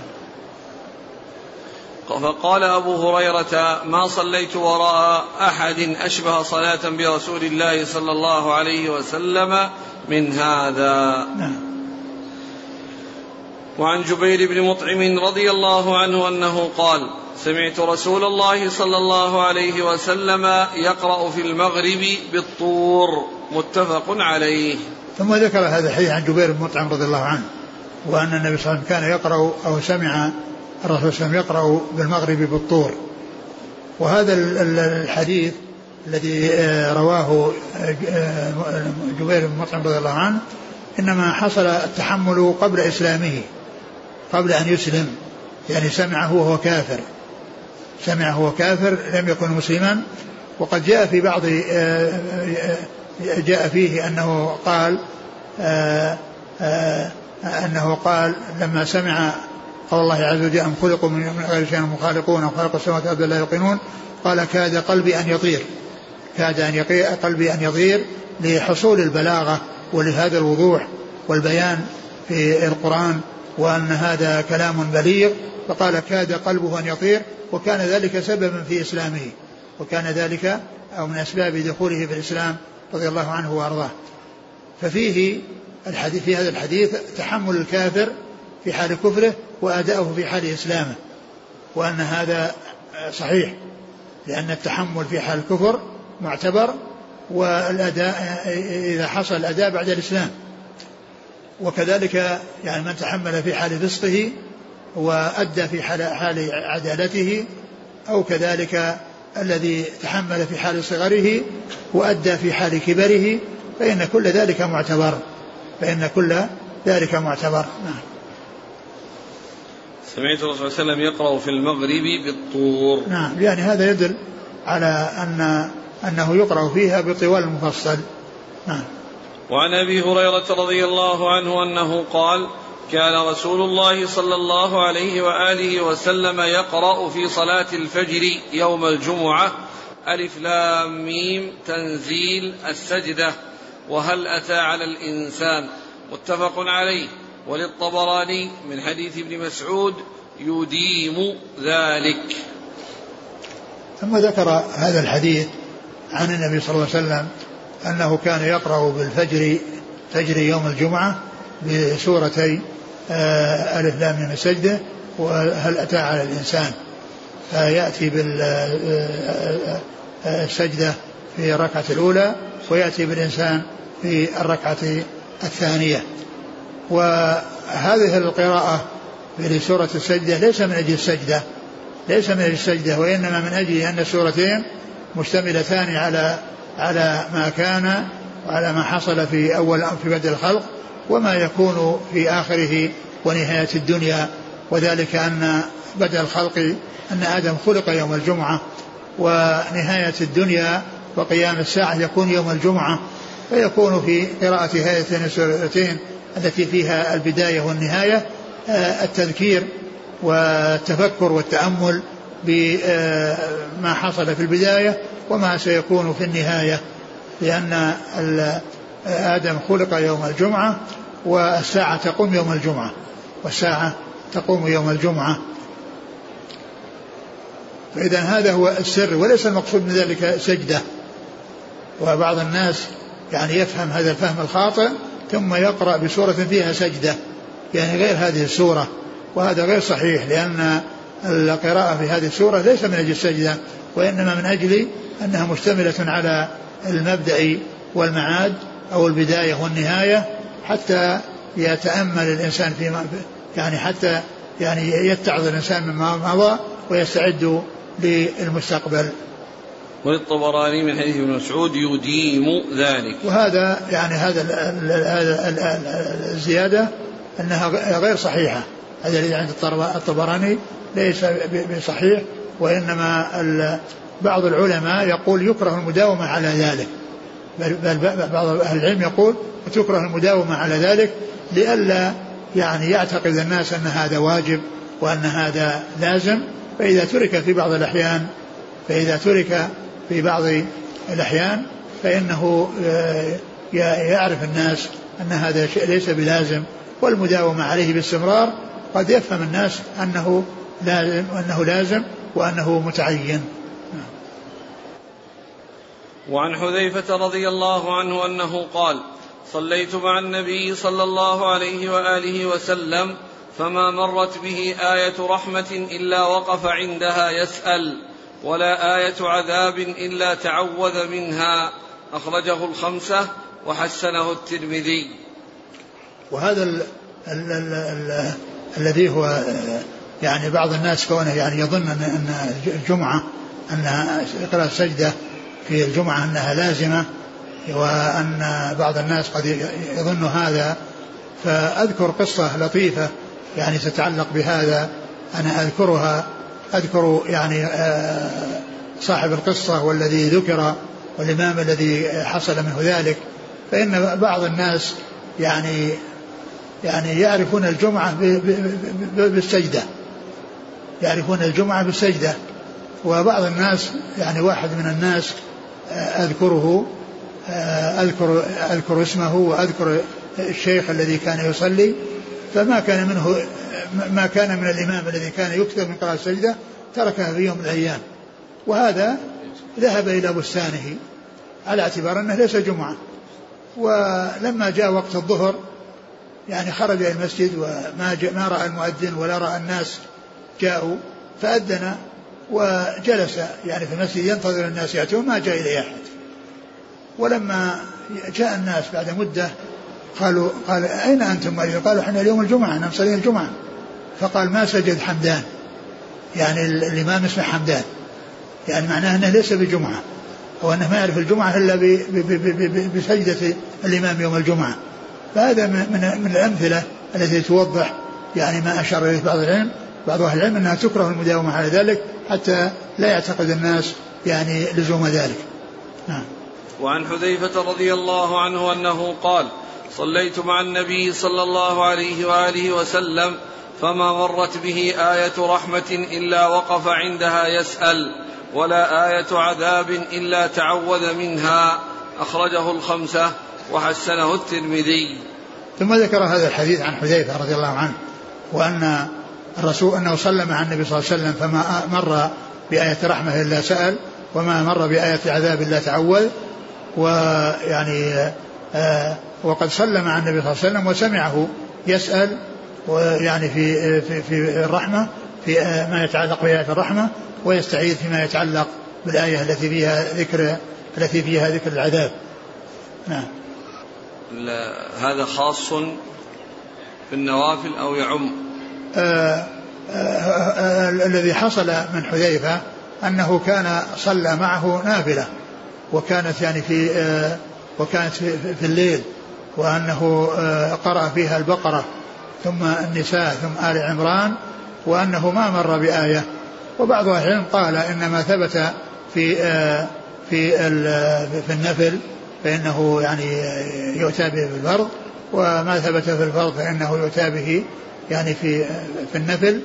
فقال أبو هريرة ما صليت وراء أحد أشبه صلاة برسول الله صلى الله عليه وسلم من هذا. نعم. وعن جبير بن مطعم رضي الله عنه أنه قال سمعت رسول الله صلى الله عليه وسلم يقرأ في المغرب بالطور، متفق عليه. ثم ذكر هذا الحديث عن جبير بن مطعم رضي الله عنه، وأن النبي صلى الله عليه وسلم كان يقرأ أو سمع الرسول صلى الله عليه وسلم يقرأ بالمغرب بالطور. وهذا الحديث الذي رواه جبير بن مطعم رضي الله عنه إنما حصل التحمل قبل إسلامه، قبل أن يسلم، يعني سمعه وهو كافر، سمعه وهو كافر لم يكن مسلما. وقد جاء في بعض جاء فيه أنه قال أنه قال لما سمع قال الله عز وجل أم خلقوا من غير شيء مخالقون أم خلقوا السماوات والأرض لا يوقنون، قال كاد قلبي أن يطير، كاد أن يطير قلبي أن يطير، لحصول البلاغة ولهذا الوضوح والبيان في القرآن، وأن هذا كلام بليغ، فقال كاد قلبه أن يطير، وكان ذلك سببا في إسلامه، وكان ذلك أو من أسباب دخوله في الإسلام رضي الله عنه وأرضاه. ففيه الحديث في هذا الحديث تحمل الكافر في حال كفره وأداؤه في حال إسلامه، وأن هذا صحيح، لأن التحمل في حال الكفر معتبر، والأداء إذا حصل الأداء بعد الإسلام. وكذلك يعني من تحمل في حال فسقه وأدى في حال, حال عدالته أو كذلك الذي تحمل في حال صغره وأدى في حال كبره، فإن كل ذلك معتبر فإن كل ذلك معتبر. نعم. سمعت الرسول صلى الله عليه وسلم يقرأ في المغرب بالطور. نعم، يعني هذا يدل على أن أنه يقرأ فيها بطوال المفصل. نعم. وعن أبي هريرة رضي الله عنه أنه قال: كان رسول الله صلى الله عليه وآله وسلم يقرأ في صلاة الفجر يوم الجمعة: ألف لام ميم تنزيل السجدة وهل أتى على الإنسان، متفق عليه. وللطبراني من حديث ابن مسعود: يديم ذلك. ثم ذكر هذا الحديث عن النبي صلى الله عليه وسلم أنه كان يقرأ بالفجر فجر يوم الجمعة بسورتي ألف لام ميم السجدة وهل أتى على الإنسان، فيأتي بالسجدة في الركعة الأولى ويأتي بالإنسان في الركعة الثانية. وهذه القراءة بسورة السجدة ليس من أجل السجدة ليس من أجل السجدة وإنما من أجل أن السورتين مشتملتان على على ما كان وعلى ما حصل في أول في بدء الخلق وما يكون في آخره ونهاية الدنيا، وذلك أن بدء الخلق أن آدم خلق يوم الجمعة، ونهاية الدنيا وقيام الساعة يكون يوم الجمعة، فيكون في قراءة هاتين السورتين التي فيها البداية والنهاية التذكير والتفكر والتأمل بما حصل في البداية وما سيكون في النهاية، لأن آدم خلق يوم الجمعة والساعة تقوم يوم الجمعة والساعة تقوم يوم الجمعة. فإذا هذا هو السر وليس المقصود من ذلك سجدة. وبعض الناس يعني يفهم هذا الفهم الخاطئ ثم يقرأ بسورة فيها سجدة يعني غير هذه السورة، وهذا غير صحيح، لأن القراءة في هذه السورة ليس من أجل السجدة وإنما من أجل أنها مشتملة على المبدأ والمعاد أو البداية والنهاية، حتى يتأمل الإنسان في يعني حتى يعني يتعظ الإنسان مما مضى ويستعد للمستقبل. وللطبراني من حديث ابن مسعود: يديم ذلك. وهذا يعني هذا الزيادة أنها غير صحيحة، هذا الذي عند الطبراني ليس بصحيح، وإنما بعض العلماء يقول يكره المداومة على ذلك، بل بعض أهل العلم يقول تكره المداومة على ذلك لئلا يعني يعتقد الناس أن هذا واجب وأن هذا لازم، فإذا ترك في بعض الأحيان فإذا ترك في بعض الأحيان فإنه يعرف الناس أن هذا شيء ليس بلازم، والمداومة عليه باستمرار قد يفهم الناس أنه لازم وأنه لازم وأنه متعين. وعن حذيفة رضي الله عنه أنه قال: صليت مع النبي صلى الله عليه وآله وسلم فما مرت به آية رحمة إلا وقف عندها يسأل، ولا آية عذاب إلا تعوذ منها. أخرجه الخمسة وحسنه الترمذي. وهذا ال ال ال ال الذي هو يعني بعض الناس كونه يعني يظن أن الجمعة أنها قراءة السجدة في الجمعة أنها لازمة، وأن بعض الناس قد يظن هذا، فأذكر قصة لطيفة يعني تتعلق بهذا أنا أذكرها أذكر يعني صاحب القصة والذي ذكر والإمام الذي حصل منه ذلك. فإن بعض الناس يعني يعني يعرفون الجمعة بالسجدة يعرفون الجمعة بالسجدة وبعض الناس يعني واحد من الناس أذكره أذكر أذكر اسمه وأذكر الشيخ الذي كان يصلي، فما كان منه ما كان من الإمام الذي كان يكثر من قراءة السجدة تركها في يوم من الأيام، وهذا ذهب إلى بستانه على اعتبار أنه ليس جمعة. ولما جاء وقت الظهر يعني خرج إلى المسجد وما ما رأى المؤذن ولا رأى الناس جاءوا، فأذن وجلس يعني في المسجد ينتظر الناس يأتون، ما جاء إليه أحد. ولما جاء الناس بعد مدة قالوا قال أين أنتم؟ قالوا احنا اليوم الجمعة، نصلي الجمعة. فقال ما سجد حمدان، يعني الإمام اسمه حمدان، يعني معناه أنه ليس بجمعة، أو أنه ما يعرف الجمعة إلا بسجدة الإمام يوم الجمعة. فهذا من, من الأمثلة التي توضح يعني ما أشار إليه بعض العلم بعض أهل العلم أنها تكره المداومة على ذلك حتى لا يعتقد الناس يعني لزوم ذلك. نعم. وعن حذيفة رضي الله عنه أنه قال: صليت مع النبي صلى الله عليه وآله وسلم فما مرت به آية رحمة إلا وقف عندها يسأل، ولا آية عذاب إلا تعوذ منها. أخرجه الخمسة وحسنه الترمذي. ثم ذكر هذا الحديث عن حذيفة رضي الله عنه، وأن الرسول أنه صلى مع النبي صلى الله عليه وسلم فما مر بآية رحمة إلا سأل، وما مر بآية عذاب إلا تعوذ. ويعني آه وقد صلى مع النبي صلى الله عليه وسلم وسمعه يسأل ويعني في في في الرحمة في آه ما يتعلق بآية الرحمة، ويستعيذ فيما يتعلق بالآية التي فيها ذكر التي فيها ذكر العذاب. نعم. هذا خاص بالنوافل أو يعم؟ آه آه آه الذي حصل من حذيفة أنه كان صلى معه نافلة، وكانت يعني في آه وكانت في, في الليل، وأنه آه قرأ فيها البقرة ثم النساء ثم آل عمران، وأنه ما مر بآية. وبعض أهل العلم قال إنما ثبت في آه في في النفل فإنه يعني يؤتى به في الفرض، وما ثبت في الفرض فإنه يؤتى به يعني في في النفل.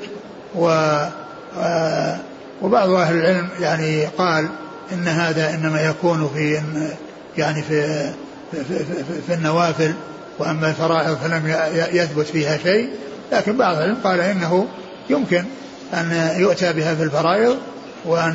وبعض أهل العلم يعني قال إن هذا إنما يكون في يعني في في, في, في النوافل، وأما الفرائض فلم يثبت فيها شيء. لكن بعض العلم قال إنه يمكن أن يؤتى بها في الفرائض، وأن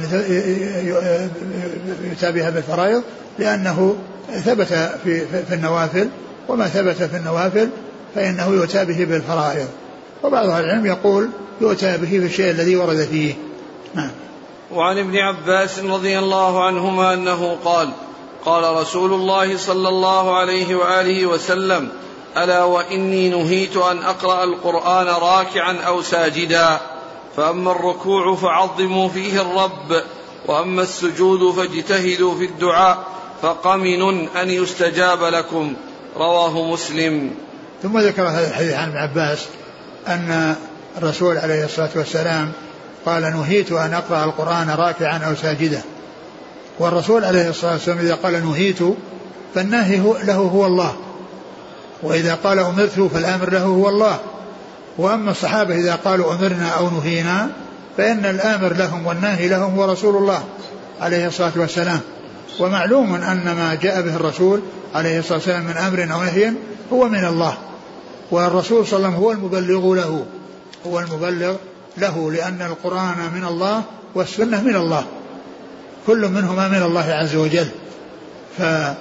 يؤتى بها بالفرائض لأنه ثبت في, في النوافل، وما ثبت في النوافل فإنه يؤتى به بالفرائض. وبعض العلم يقول يؤتى به في الشيء الذي ورد فيه. نعم. وعن ابن عباس رضي الله عنهما أنه قال: قال رسول الله صلى الله عليه وآله وسلم: ألا وإني نهيت أن أقرأ القرآن راكعا أو ساجدا، فأما الركوع فعظموا فيه الرب، وأما السجود فاجتهدوا في الدعاء، فقمن أن يستجاب لكم. رواه مسلم. ثم ذكر هذا الحديث عن ابن عباس أن الرسول عليه الصلاة والسلام قال: نهيت أن أقرأ القرآن راكعا أو ساجدا. والرسول عليه الصلاة والسلام إذا قال نهيت فالناهي له هو الله، وإذا قال أمرت فالآمر له هو الله. وأما الصحابة إذا قالوا أمرنا أو نهينا فإن الآمر لهم والناهي لهم هو رسول الله عليه الصلاة والسلام. ومعلوم أن ما جاء به الرسول عليه الصلاة والسلام من أمر أو نهي هو من الله، والرسول صلى الله عليه وسلم هو المبلغ له هو المبلغ له لأن القرآن من الله والسنة من الله، كل منهما من الله عز وجل. ف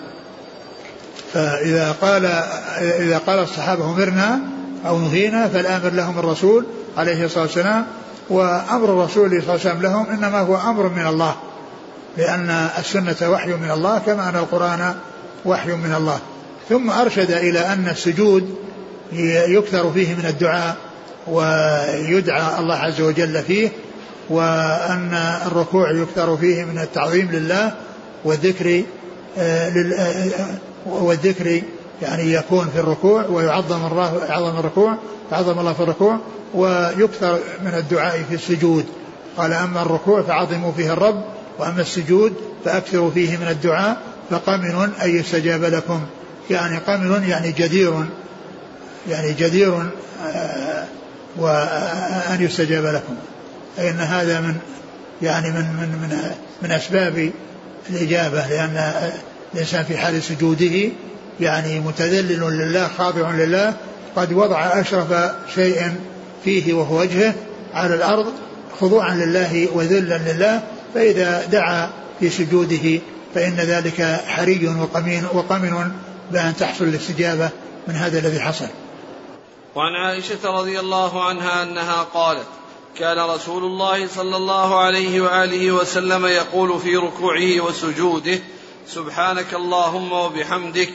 فإذا قال إذا قال الصحابة أمرنا أو نهينا فالآمر لهم الرسول عليه الصلاة والسلام، وأمر الرسول صلى الله عليه وسلم لهم إنما هو أمر من الله، لأن السنة وحي من الله كما أن القرآن وحي من الله. ثم أرشد إلى أن السجود يكثر فيه من الدعاء ويدعى الله عز وجل فيه، وأن الركوع يكثر فيه من التعظيم لله والذكر والذكر يعني يكون في الركوع ويعظم الله يعظم الركوع يعظم الله في الركوع، ويكثر من الدعاء في السجود. قال: أما الركوع فعظموا فيه الرب، وأما السجود فأكثروا فيه من الدعاء، فقمن أن يستجاب لكم. يعني قمن يعني جدير يعني جدير وأن يستجاب لكم، أي أن هذا من يعني من من من, من أسباب الإجابة، لأن الإنسان في حال سجوده يعني متذلل لله خاضع لله، قد وضع أشرف شيء فيه وهو وجهه على الأرض خضوعا لله وذلا لله، فإذا دعا في سجوده فإن ذلك حري وقمين وقمن بأن تحصل الاستجابة من هذا الذي حصل. وعن عائشة رضي الله عنها أنها قالت: كان رسول الله صلى الله عليه وآله وسلم يقول في ركوعه وسجوده: سبحانك اللهم وبحمدك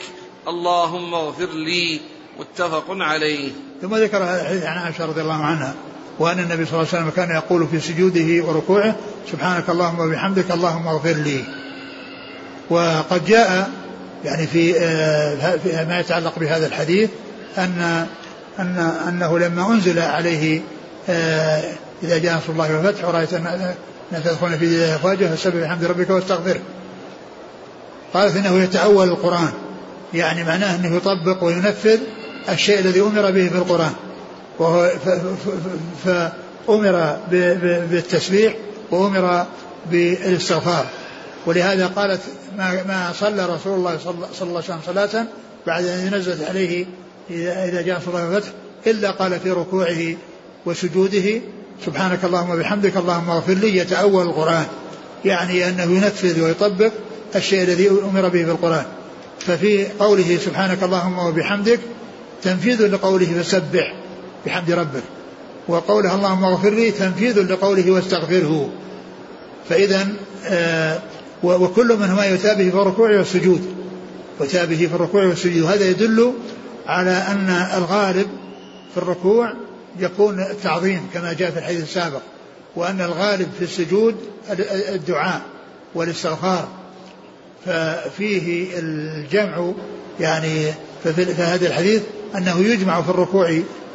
اللهم اغفر لي. متفق عليه. ثم ذكر هذا الحديث عن عائشة رضي الله عنها وأن النبي صلى الله عليه وسلم كان يقول في سجوده وركوعه سبحانك اللهم وبحمدك اللهم اغفر لي. وقد جاء يعني في ما يتعلق بهذا الحديث أن أن أنه لما أنزل عليه إذا جاء نصر الله والفتح ورأيت أن تدخلون في ذي أفواجه فسبح بحمد ربك واستغفره، قالت إنه يتأول القرآن، يعني معناه أنه يطبق وينفذ الشيء الذي أمر به في القرآن، وهو فأمر بالتسبيح وأمر بالاستغفار. ولهذا قالت ما, ما صلى رسول الله صلى الله عليه وسلم صلاة بعد أن نزلت عليه إذا جاء نصر الله والفتح إلا قال في ركوعه وسجوده سبحانك اللهم وبحمدك اللهم اغفر لي، يتأول القرآن، يعني أنه ينفذ ويطبق الشيء الذي أمر به في القرآن. ففي قوله سبحانك اللهم وبحمدك تنفيذ لقوله فسبح بحمد ربك، وقوله اللهم اغفر لي تنفيذ لقوله واستغفره. فإذا آه وكل منهما يتابه في الركوع والسجود، وتابه في الركوع والسجود. هذا يدل على أن الغالب في الركوع يكون التعظيم كما جاء في الحديث السابق، وأن الغالب في السجود الدعاء والاستغفار. ففيه الجمع يعني في هذا الحديث أنه يجمع في الركوع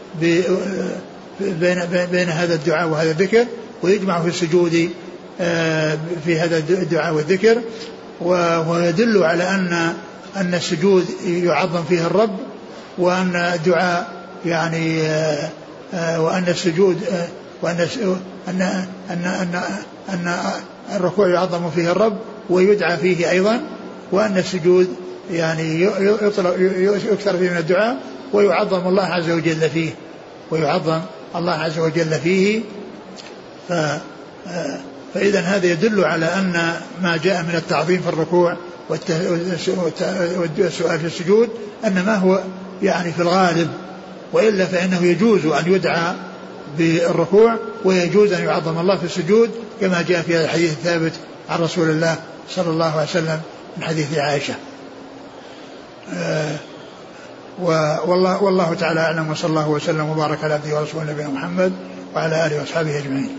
بين, بين هذا الدعاء وهذا الذكر، ويجمع في السجود في هذا الدعاء والذكر. ويدل على أن أن السجود يعظم فيه الرب، وأن الدعاء يعني وأن السجود وأن أن أن أن, أن الركوع يعظم فيه الرب ويدعى فيه أيضا، وأن السجود يعني يكثر فيه من الدعاء ويعظم الله عز وجل فيه ويعظم الله عز وجل فيه. ف فإذا هذا يدل على أن ما جاء من التعظيم في الركوع والسؤال في السجود أن ما هو يعني في الغالب، وإلا فإنه يجوز أن يدعى بالركوع ويجوز أن يعظم الله في السجود كما جاء في هذا الحديث الثابت عن رسول الله صلى الله عليه وسلم من حديث عائشة. أه والله, والله تعالى أعلم، وصلى الله وسلم وبارك على عبده ورسوله نبينا محمد وعلى آله وأصحابه أجمعين.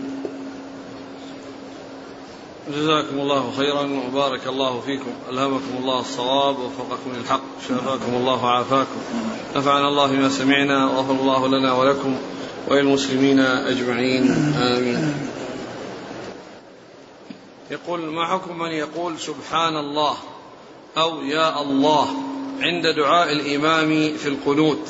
جزاكم الله خيرا وبارك الله فيكم، ألهمكم الله الصواب ووفقكم للحق، شفاكم الله وعافاكم، نفعنا الله بما سمعنا وغفر الله لنا ولكم وللمسلمين أجمعين آمين. يقول: ما حكم من يقول سبحان الله أو يا الله عند دعاء الإمام في القنوت؟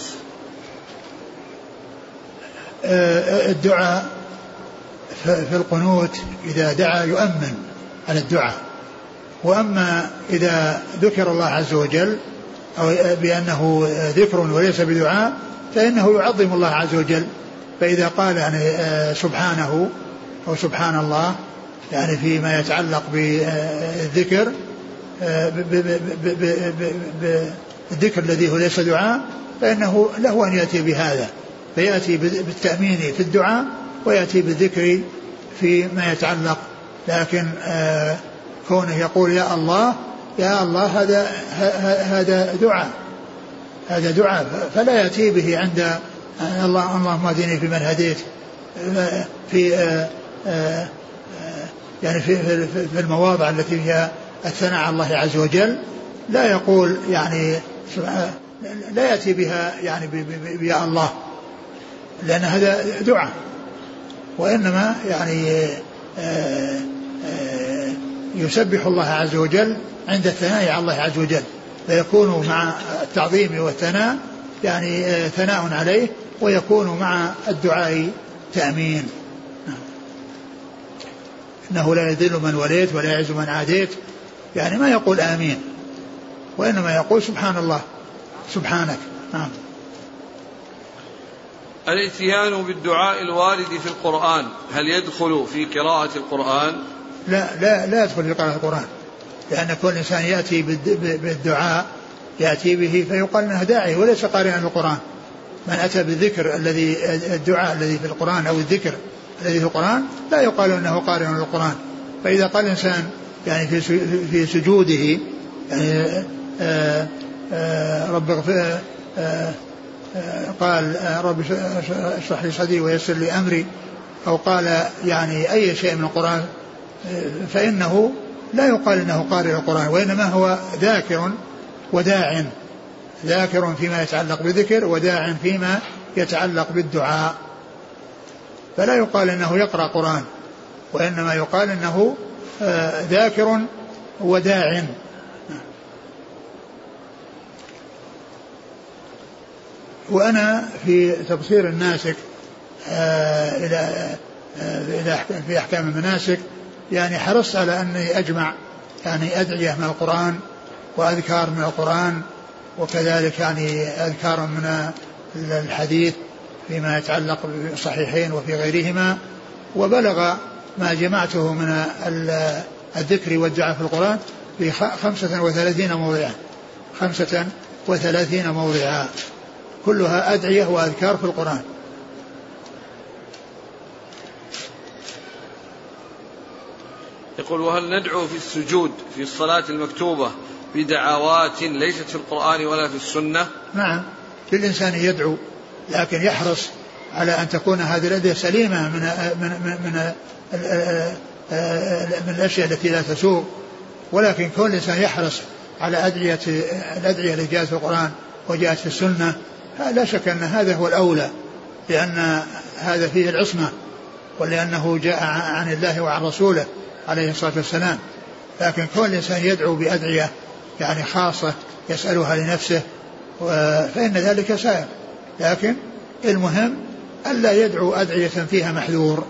الدعاء في القنوت إذا دعا يؤمن على الدعاء، وأما إذا ذكر الله عز وجل أو بأنه ذكر وليس بدعاء فإنه يعظم الله عز وجل. فإذا قال يعني سبحانه أو سبحان الله يعني فيما يتعلق بالذكر بالذكر الذي هو ليس دعاء فإنه له أن يأتي بهذا، فيأتي بالتأمين في الدعاء ويأتي بالذكر فيما يتعلق. لكن كونه يقول يا الله يا الله هذا هذا دعاء هذا دعاء فلا يأتي به عند الله اللهم اهدني فيمن هديت في يعني في في المواضع التي فيها الثناء على الله عز وجل، لا يقول يعني لا يأتي بها يعني بيا الله، لأن هذا دعاء، وإنما يعني يسبح الله عز وجل عند الثناء على الله عز وجل، فيكون مع التعظيم والثناء يعني ثناء عليه، ويكون مع الدعاء تأمين. إنه لا يذل من وليت ولا يعز من عاديت، يعني ما يقول آمين، وإنما يقول سبحان الله سبحانك. نعم. الاتيان بالدعاء الوارد في القرآن هل يدخل في قراءة القرآن؟ لا لا لا يدخل في قراءة القرآن، لأن كل إنسان يأتي بالدعاء يأتي به فيقال أنه داعي وليس قارئا للقرآن. من أتى بالذكر الذي الدعاء الذي في القرآن أو الذكر الذي في القرآن لا يقال أنه قارئ للقرآن. فإذا قال الإنسان يعني في في سجوده يعني آآ آآ رب اغفر قال رب اشرح لي صدري ويسر لي أمري، أو قال يعني أي شيء من القرآن، فإنه لا يقال إنه قارئ القرآن، وإنما هو ذاكر وداع، ذاكر فيما يتعلق بذكر وداع فيما يتعلق بالدعاء، فلا يقال إنه يقرأ قرآن، وإنما يقال إنه ذاكر وداع. وأنا في تبصير الناسك إلى في أحكام المناسك يعني حرصت على أني أجمع يعني أدعية من القرآن وأذكار من القرآن، وكذلك يعني أذكار من الحديث فيما يتعلق بالصحيحين وفي غيرهما، وبلغ ما جمعته من الذكر والدعاء في القرآن في خمسة وثلاثين موضعا، خمسة وثلاثين موضعا كلها أدعية وأذكار في القرآن. يقول: وهل ندعو في السجود في الصلاة المكتوبة بدعوات ليست في القرآن ولا في السنة؟ نعم، للإنسان يدعو، لكن يحرص على أن تكون هذه الأدعية سليمة من من من, من, من الأشياء التي لا تسوء، ولكن كل إنسان يحرص على أدعية الأدعية التي جاءت في القرآن وجاءت في السنة، لا شك أن هذا هو الأولى، لأن هذا فيه العصمة، ولأنه جاء عن الله وعن رسوله عليه الصلاة والسلام. لكن كل إنسان يدعو بأدعية يعني خاصة يسألها لنفسه فإن ذلك سائر، لكن المهم ألا يدعو أدعية فيها محذور.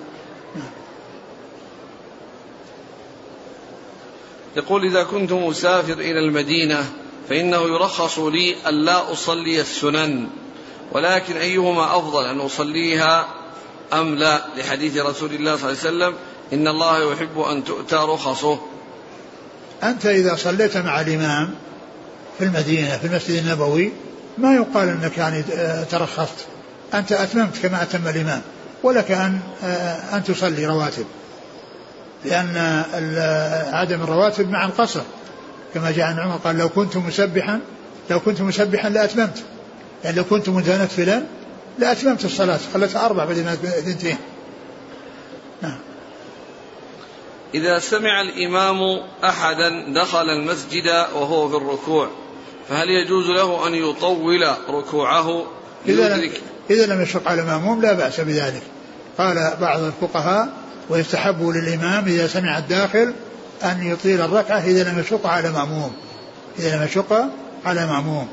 يقول: إذا كنت مسافر إلى المدينة فإنه يرخص لي ألا أصلي السنن، ولكن أيهما أفضل، أن أصليها أم لا، لحديث رسول الله صلى الله عليه وسلم: إن الله يحب أن تؤتى رخصه. أنت إذا صليت مع الإمام في المدينة في المسجد النبوي ما يقال أنك يعني ترخصت، أنت أتممت كما أتم الإمام، ولك أن أن تصلي رواتب، لأن عدم الرواتب مع القصر، كما جاء عن عمر قال: لو كنت مسبحا لو كنت مسبحا لأتممت، يعني لو كنت متنفلا لأتممت الصلاة، خلتها أربع بدل ما اثنتين. نعم. إذا سمع الإمام أحدا دخل المسجد وهو في الركوع فهل يجوز له أن يطول ركوعه ليدرك؟ إذا لم يشق على المأموم لا بأس بذلك. قال بعض الفقهاء: ويستحب للإمام إذا سمع الداخل أن يطيل الركعة إذا لم يشق على مأموم، إذا لم يشق على مأموم.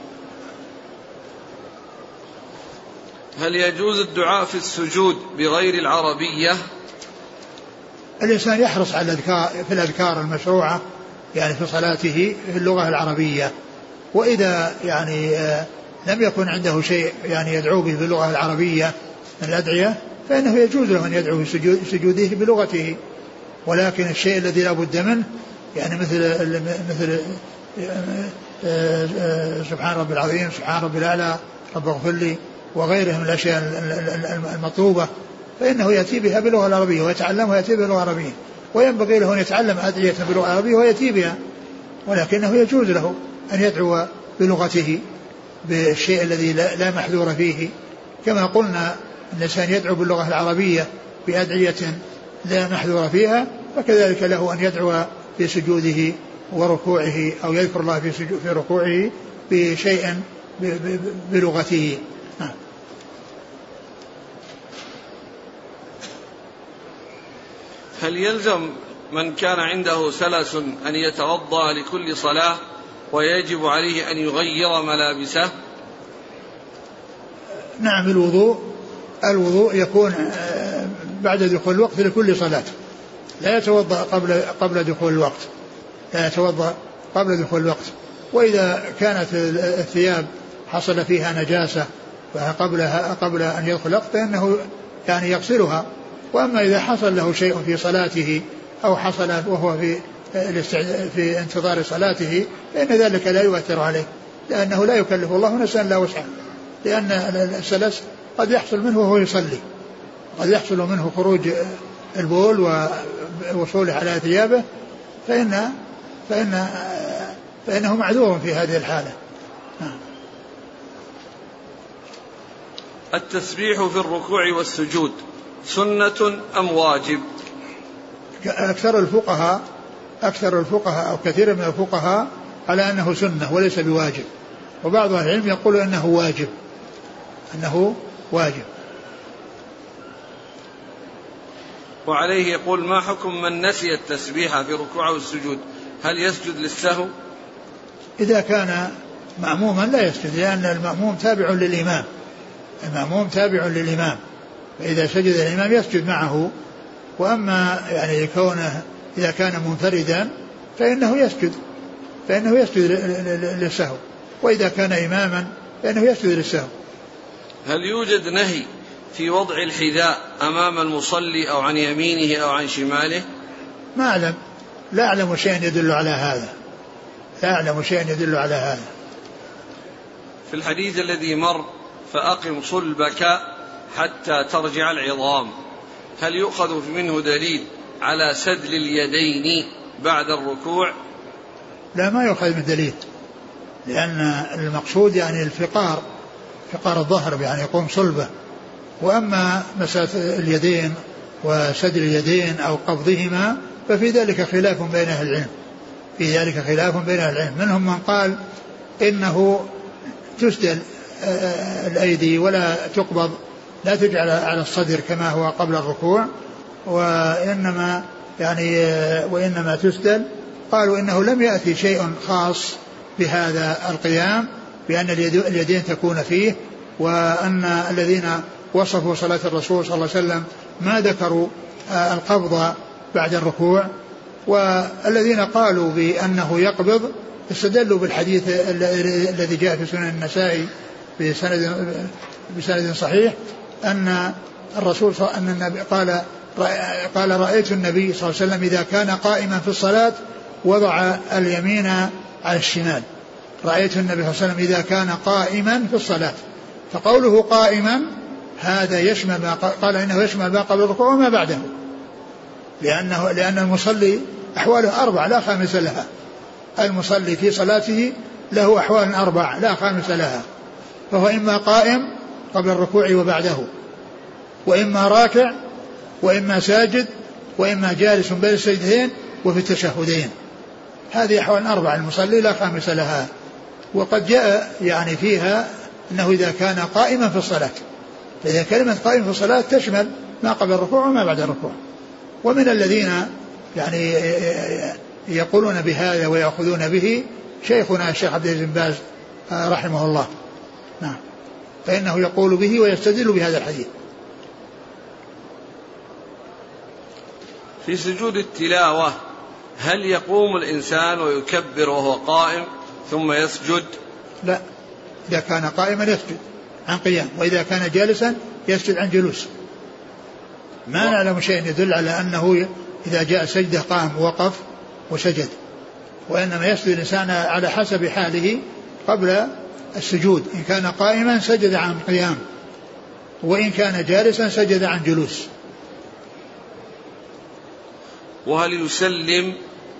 هل يجوز الدعاء في السجود بغير العربية؟ الإنسان يحرص على الأذكار في الأذكار المشروعة يعني في صلاته في اللغة العربية، وإذا يعني لم يكن عنده شيء يعني يدعو به باللغة العربية من الأدعية فإنه يجوز له أن يدعو في سجوده بلغته، ولكن الشيء الذي لا بد منه يعني مثل مثل سبحان ربي العظيم، سبحان ربي الأعلى، رب اغفر لي، وغيرها من الأشياء المطلوبة، فإنه يأتي بها باللغة العربية ويتعلمها ويأتي باللغة العربية، وينبغي له أن يتعلم أدعية باللغة العربية ويأتي بها، ولكنه يجوز له أن يدعو بلغته بالشيء الذي لا محذور فيه، كما قلنا الإنسان يدعو باللغة العربية بأدعية لا محذور فيها، فكذلك له أن يدعو في سجوده وركوعه أو يذكر الله في, في ركوعه بشيء بلغته. هل يلزم من كان عنده سلس أن يتوضأ لكل صلاة ويجب عليه أن يغير ملابسه؟ نعم، الوضوء الوضوء يكون بعد دخول الوقت لكل صلاة، لا يتوضأ قبل قبل دخول الوقت، لا يتوضأ قبل دخول الوقت. وإذا كانت الثياب حصل فيها نجاسة فقبلها قبل أن يدخل الوقت فإنه يعني يغسلها. وأما إذا حصل له شيء في صلاته أو حصل وهو في في انتظار صلاته فإن ذلك لا يؤثر عليه، لأنه لا يكلف الله نفسا إلا وسعها، لأن السلس قد يحصل منه وهو يصلي، قد يحصل منه خروج البول ووصوله على ثيابه، فإن فإن فإنه معذور في هذه الحالة. التسبيح في الركوع والسجود سنة أم واجب؟ أكثر الفقهاء أكثر الفقهاء أو كثير من الفقهاء على أنه سنة وليس بواجب، وبعض أهل العلم يقول أنه واجب أنه واجب. وعليه يقول: ما حكم من نسي التسبيح في ركوعه والسجود، هل يسجد للسهو؟ إذا كان مأموما لا يسجد، لأن المأموم تابع للإمام المأموم تابع للإمام فإذا سجد الإمام يسجد معه. وأما يعني كونه إذا كان منفردا فإنه يسجد فإنه يسجد للسهو، وإذا كان إماما فإنه يسجد للسهو. هل يوجد نهي في وضع الحذاء أمام المصلي أو عن يمينه أو عن شماله؟ ما أعلم لا أعلم شيئا يدل على هذا لا أعلم شيئا يدل على هذا. في الحديث الذي مر: فأقم صلبك حتى ترجع العظام، هل يؤخذ منه دليل على سدل اليدين بعد الركوع؟ لا، ما يؤخذ من دليل، لأن المقصود يعني الفقار فقار الظهر يعني يقوم صلبه. وأما مسألة اليدين وسدل اليدين أو قبضهما ففي ذلك خلاف بين أهل العلم في ذلك خلاف بين أهل العلم منهم من قال إنه تسدل الأيدي ولا تقبض، لا تجعل على الصدر كما هو قبل الركوع، وإنما يعني وإنما تسدل. قالوا إنه لم يأتي شيء خاص بهذا القيام بأن اليدين تكون فيه، وأن الذين وصفوا صلاة الرسول صلى الله عليه وسلم ما ذكروا القبض بعد الركوع، والذين قالوا بأنه يقبض استدلوا بالحديث الذي جاء في سنن النسائي بسند بسند صحيح أن الرسول أن النبي قال قال رأيت النبي صلى الله عليه وسلم إذا كان قائما في الصلاة وضع اليمين على الشمال. رأيت النبي صلى الله عليه وسلم إذا كان قائما في الصلاة، فقوله قائما هذا يشمل ما قال إنه يشمل ما قبل الركوع وما بعده، لأنه لأن المصلي أحواله أربع لا خامس لها. المصلي في صلاته له أحوال أربع لا خامس لها، فهو إما قائم قبل الركوع وبعده، وإما راكع، وإما ساجد، وإما جالس بين السجدتين وفي التشهدين. هذه أحوال أربع المصلي لا خامس لها. وقد جاء يعني فيها أنه إذا كان قائما في الصلاة، فإذا كلمة قائم في الصلاة تشمل ما قبل الركوع وما بعد الركوع. ومن الذين يعني يقولون بهذا ويأخذون به شيخنا الشيخ عبد العزيز بن باز رحمه الله، نعم، فإنه يقول به ويستدل بهذا الحديث. في سجود التلاوة هل يقوم الإنسان ويكبر وهو قائم ثم يسجد؟ لا، إذا كان قائما يسجد عن قيام، وإذا كان جالسا يسجد عن جلوس. ما نعلم شيء يدل على أنه إذا جاء سجده قام ووقف وسجد، وإنما يسجد الإنسان على حسب حاله قبل السجود. إن كان قائما سجد عن قيام، وإن كان جالسا سجد عن جلوس. وهل يسلم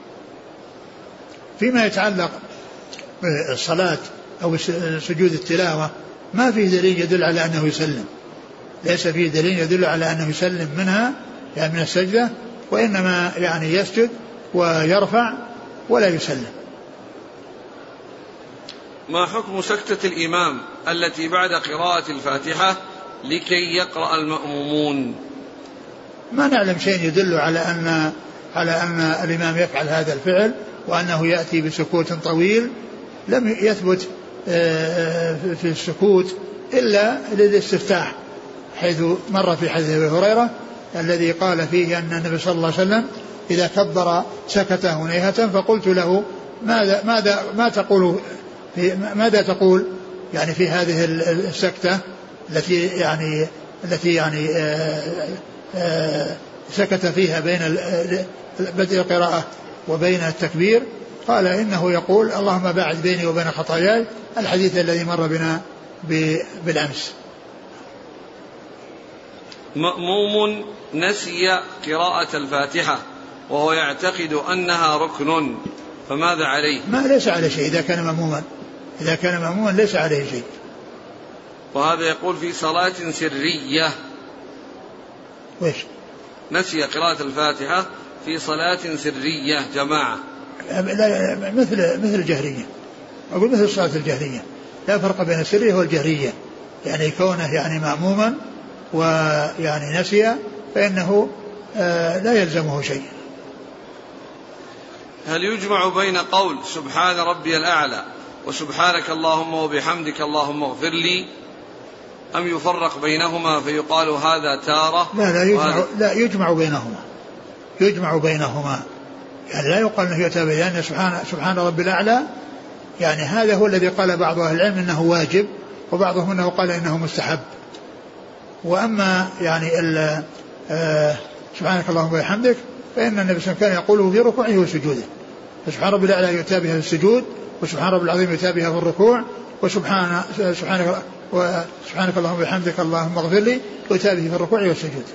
فيما يتعلق بالصلاة أو سجود التلاوة؟ ما فيه دليل يدل على أنه يسلم، ليس فيه دليل يدل على أنه يسلم منها يعني من السجدة، وإنما يعني يسجد ويرفع ولا يسلم. ما حكم سكتة الإمام التي بعد قراءة الفاتحة لكي يقرأ المأمومون؟ ما نعلم شيء يدل على أن على أن الإمام يفعل هذا الفعل، وأنه يأتي بسكوت طويل. لم يثبت في السكوت إلا للاستفتاح، حيث مر في حديث أبي هريرة الذي قال فيه أن النبي صلى الله عليه وسلم إذا كبر سكت هنيهة، فقلت له ماذا ماذا ما تقول في ماذا تقول يعني في هذه السكتة التي يعني التي يعني آآ آآ سكت فيها بين بدء القراءة وبين التكبير؟ قال إنه يقول اللهم باعد بيني وبين خطاياي، الحديث الذي مر بنا بالأمس. مأموم نسي قراءة الفاتحة وهو يعتقد أنها ركن، فماذا عليه؟ ما ليس عليه شيء إذا كان مأموما إذا كان مأموما ليس عليه شيء وهذا يقول في صلاة سرية. ويش؟ نسي قراءة الفاتحة في صلاة سرية جماعة. لا مثل مثل الجهرية، أقول مثل الصلاة الجهرية، لا فرق بين السرية والجهرية، يعني كونه يعني مأموما ويعني نسي فإنه آه لا يلزمه شيء. هل يجمع بين قول سبحان ربي الأعلى وسبحانك اللهم وبحمدك اللهم اغفر لي، أم يفرق بينهما فيقال هذا تارة؟ لا لا يجمع, لا يجمع بينهما، يجمع بينهما، يعني لا يقال أنه يتابع، لأن سبحان, سبحان ربي الأعلى يعني هذا هو الذي قال بعض أهل العلم إنه واجب، وبعضهم إنه قال إنه مستحب. وأما يعني آه سبحانك اللهم وبحمدك فإن النبي صلى الله عليه وسلم كان يقوله في ركوعه وسجوده، فسبحان ربي الأعلى يؤتى بها في السجود، وسبحان ربي العظيم يؤتى بها في الركوع، وسبحان سبحانك وسبحانك اللهم وبحمدك اللهم اغفر لي يؤتى به في الركوع والسجود.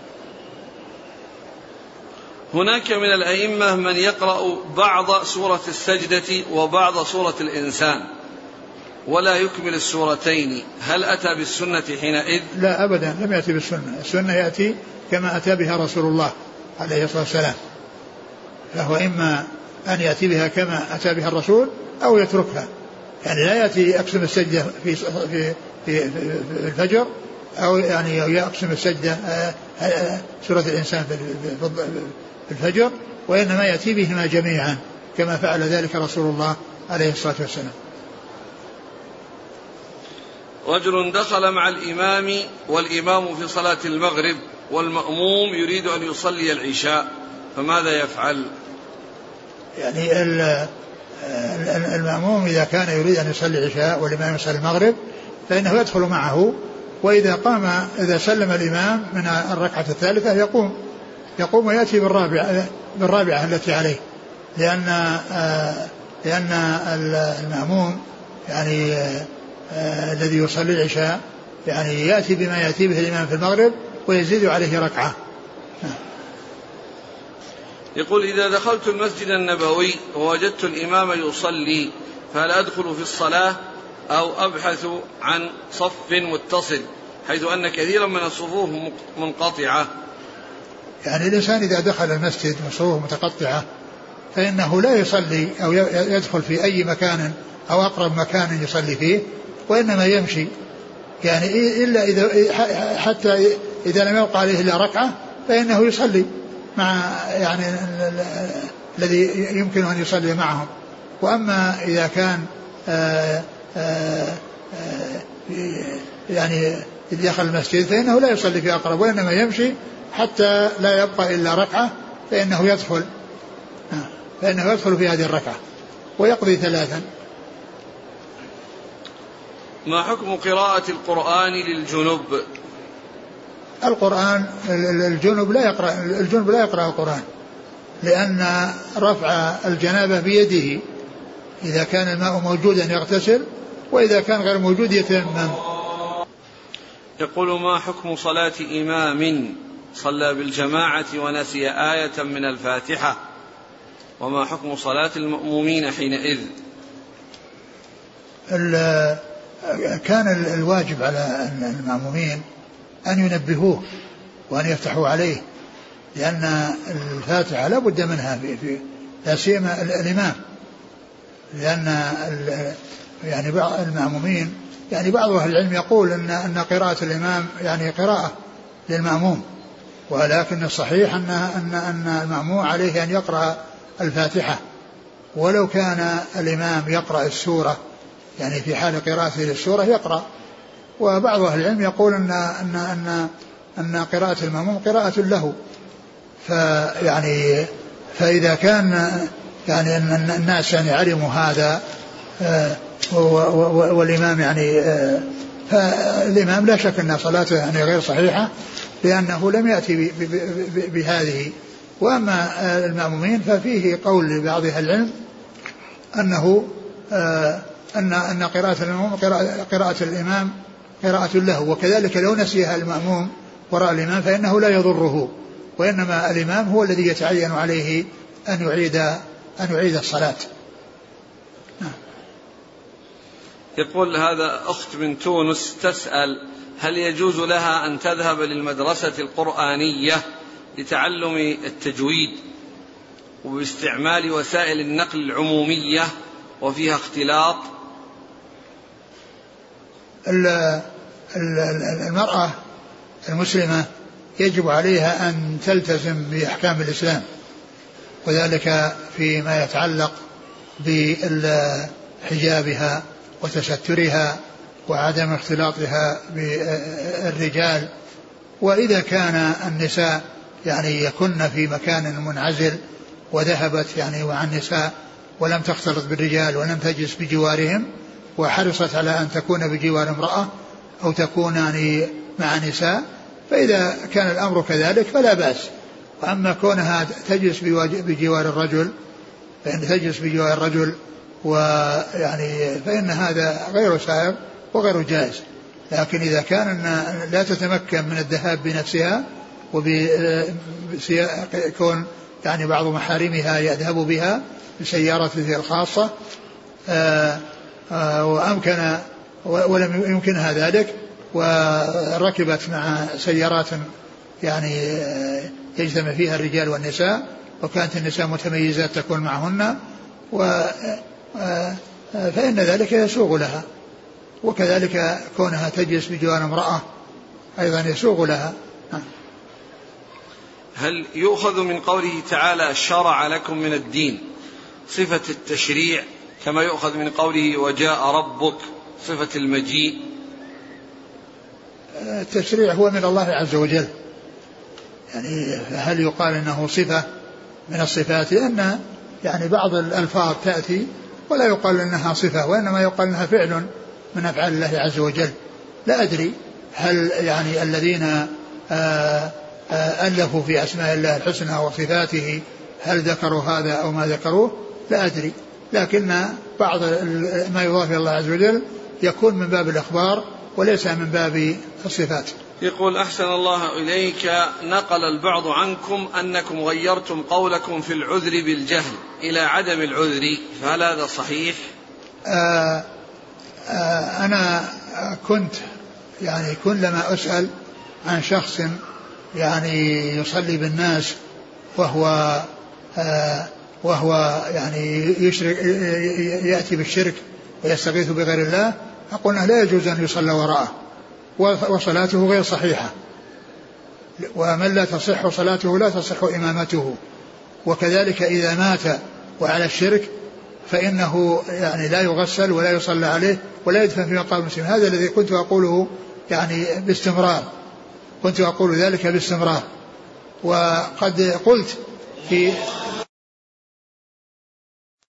هناك من الأئمة من يقرأ بعض سورة السجدة وبعض سورة الإنسان ولا يكمل السورتين، هل أتى بالسنة حينئذ؟ لا أبدا، لم يأتي بالسنة، السنة يأتي كما أتى بها رسول الله عليه الصلاة والسلام، فهو إما أن يأتي بها كما أتى بها الرسول أو يتركها، يعني لا يأتي أقسم السجدة في, في, في, في الفجر أو يعني يقسم السجدة سورة الإنسان في الفجر، وإنما يأتي بهما جميعا كما فعل ذلك رسول الله عليه الصلاة والسلام. رجل دخل مع الإمام والإمام في صلاة المغرب والمأموم يريد أن يصلي العشاء، فماذا يفعل؟ يعني المأموم إذا كان يريد أن يصلي العشاء والإمام يصلي المغرب فإنه يدخل معه، وإذا قام إذا سلم الإمام من الركعة الثالثة يقوم يقوم ويأتي بالرابعة بالرابعة التي عليه، لأن لأن المأموم يعني الذي يصلي العشاء يعني يأتي بما يأتي به الإمام في المغرب ويزيد عليه ركعة. يقول إذا دخلت المسجد النبوي ووجدت الإمام يصلي فهل أدخل في الصلاة أو أبحث عن صف متصل حيث أن كثيرا من الصفوف منقطعة؟ يعني الإنسان إذا دخل المسجد وصفوف متقطعة فإنه لا يصلي أو يدخل في أي مكان أو أقرب مكان يصلي فيه، وإنما يمشي، يعني إلا إذا حتى إذا لم يبقى عليه إلا ركعة فإنه يصلي مع يعني الذي يمكن أن يصلي معهم. وأما إذا كان آآ آآ يعني إذا دخل المسجد فإنه لا يصلي في أقرب، وإنما يمشي حتى لا يبقى إلا ركعة فإنه يدخل فإنه يدخل في هذه الركعة ويقضي ثلاثا. ما حكم قراءة القرآن للجنب؟ القرآن الجنب لا يقرأ الجنب لا يقرأ القرآن، لأن رفع الجنابة بيده، إذا كان الماء موجودا يغتسل، وإذا كان غير موجود يتيمم. يقول ما حكم صلاة إمام صلى بالجماعة ونسي آية من الفاتحة، وما حكم صلاة المأمومين حينئذ؟ كان الواجب على المأمومين أن ينبهوه وأن يفتحوا عليه، لأن الفاتحة لا بد منها في, في لا سيما الإمام، لأن يعني بعض المأمومين يعني بعض أهل العلم يقول أن أن قراءة الإمام يعني قراءة للمأموم، ولكن الصحيح أن أن أن المأموم عليه أن يقرأ الفاتحة، ولو كان الإمام يقرأ السورة يعني في حال قراءته للسورة يقرأ. وبعض أهل العلم يقول أن أن أن أن قراءة المأموم قراءة له، فيعني فإذا كان يعني أن الناس يعني علموا هذا والإمام يعني فالإمام لا شك أن صلاته يعني غير صحيحة لأنه لم يأتي بهذه. وأما المأمومين ففيه قول لبعض أهل العلم أنه أن أن قراءة المأموم قراءة الإمام قراءة له، وكذلك لو نسيها المأموم وراء الإمام فإنه لا يضره، وإنما الإمام هو الذي يتعين عليه أن يعيد أن يعيد الصلاة. يقول هذا أخت من تونس تسأل هل يجوز لها أن تذهب للمدرسة القرآنية لتعلم التجويد وباستعمال وسائل النقل العمومية وفيها اختلاط؟ المرأة المسلمة يجب عليها أن تلتزم بأحكام الإسلام، وذلك فيما يتعلق بحجابها وتسترها وعدم اختلاطها بالرجال. وإذا كان النساء يعني يكن في مكان منعزل وذهبت يعني مع النساء ولم تختلط بالرجال ولم تجلس بجوارهم وحرصت على أن تكون بجوار امرأة أو تكون يعني مع نساء، فإذا كان الأمر كذلك فلا بأس. وأما كونها تجلس بجوار الرجل فإن تجلس بجوار الرجل ويعني فإن هذا غير سائغ وغير جائز. لكن إذا كان لا تتمكن من الذهاب بنفسها وبكون يعني بعض محارمها يذهب بها بسيارته الخاصة وأمكن ولم يمكنها ذلك وركبت مع سيارات يعني يجتمع فيها الرجال والنساء وكانت النساء متميزات تكون معهن فإن ذلك يسوغ لها، وكذلك كونها تجلس بجوار امرأة أيضا يسوغ لها. هل يؤخذ من قوله تعالى شرع لكم من الدين صفة التشريع كما يؤخذ من قوله وجاء ربك صفة المجيء؟ التشريع هو من الله عز وجل، يعني هل يقال إنه صفة من الصفات؟ لأن يعني بعض الألفاظ تأتي ولا يقال إنها صفة وإنما يقال إنها فعل من أفعال الله عز وجل. لا أدري هل يعني الذين ألفوا في أسماء الله الحسنى وصفاته هل ذكروا هذا أو ما ذكروه، لا أدري، لكن بعض ما يضاف إلى الله عز وجل يكون من باب الإخبار وليس من باب الصفات. يقول أحسن الله إليك، نقل البعض عنكم أنكم غيرتم قولكم في العذر بالجهل إلى عدم العذر، فهل هذا صحيح؟ آآ آآ أنا كنت يعني كلما أسأل عن شخص يعني يصلي بالناس وهو وهو يعني يشرك يأتي بالشرك ويستغيث بغير الله أقول لا يجوز أن يصلى وراءه وصلاته غير صحيحة، ومن لا تصح صلاته لا تصح إمامته. وكذلك إذا مات وعلى الشرك فإنه يعني لا يغسل ولا يصلى عليه ولا يدفن في مقام المسلم. هذا الذي كنت أقوله يعني باستمرار، كنت أقول ذلك باستمرار. وقد قلت في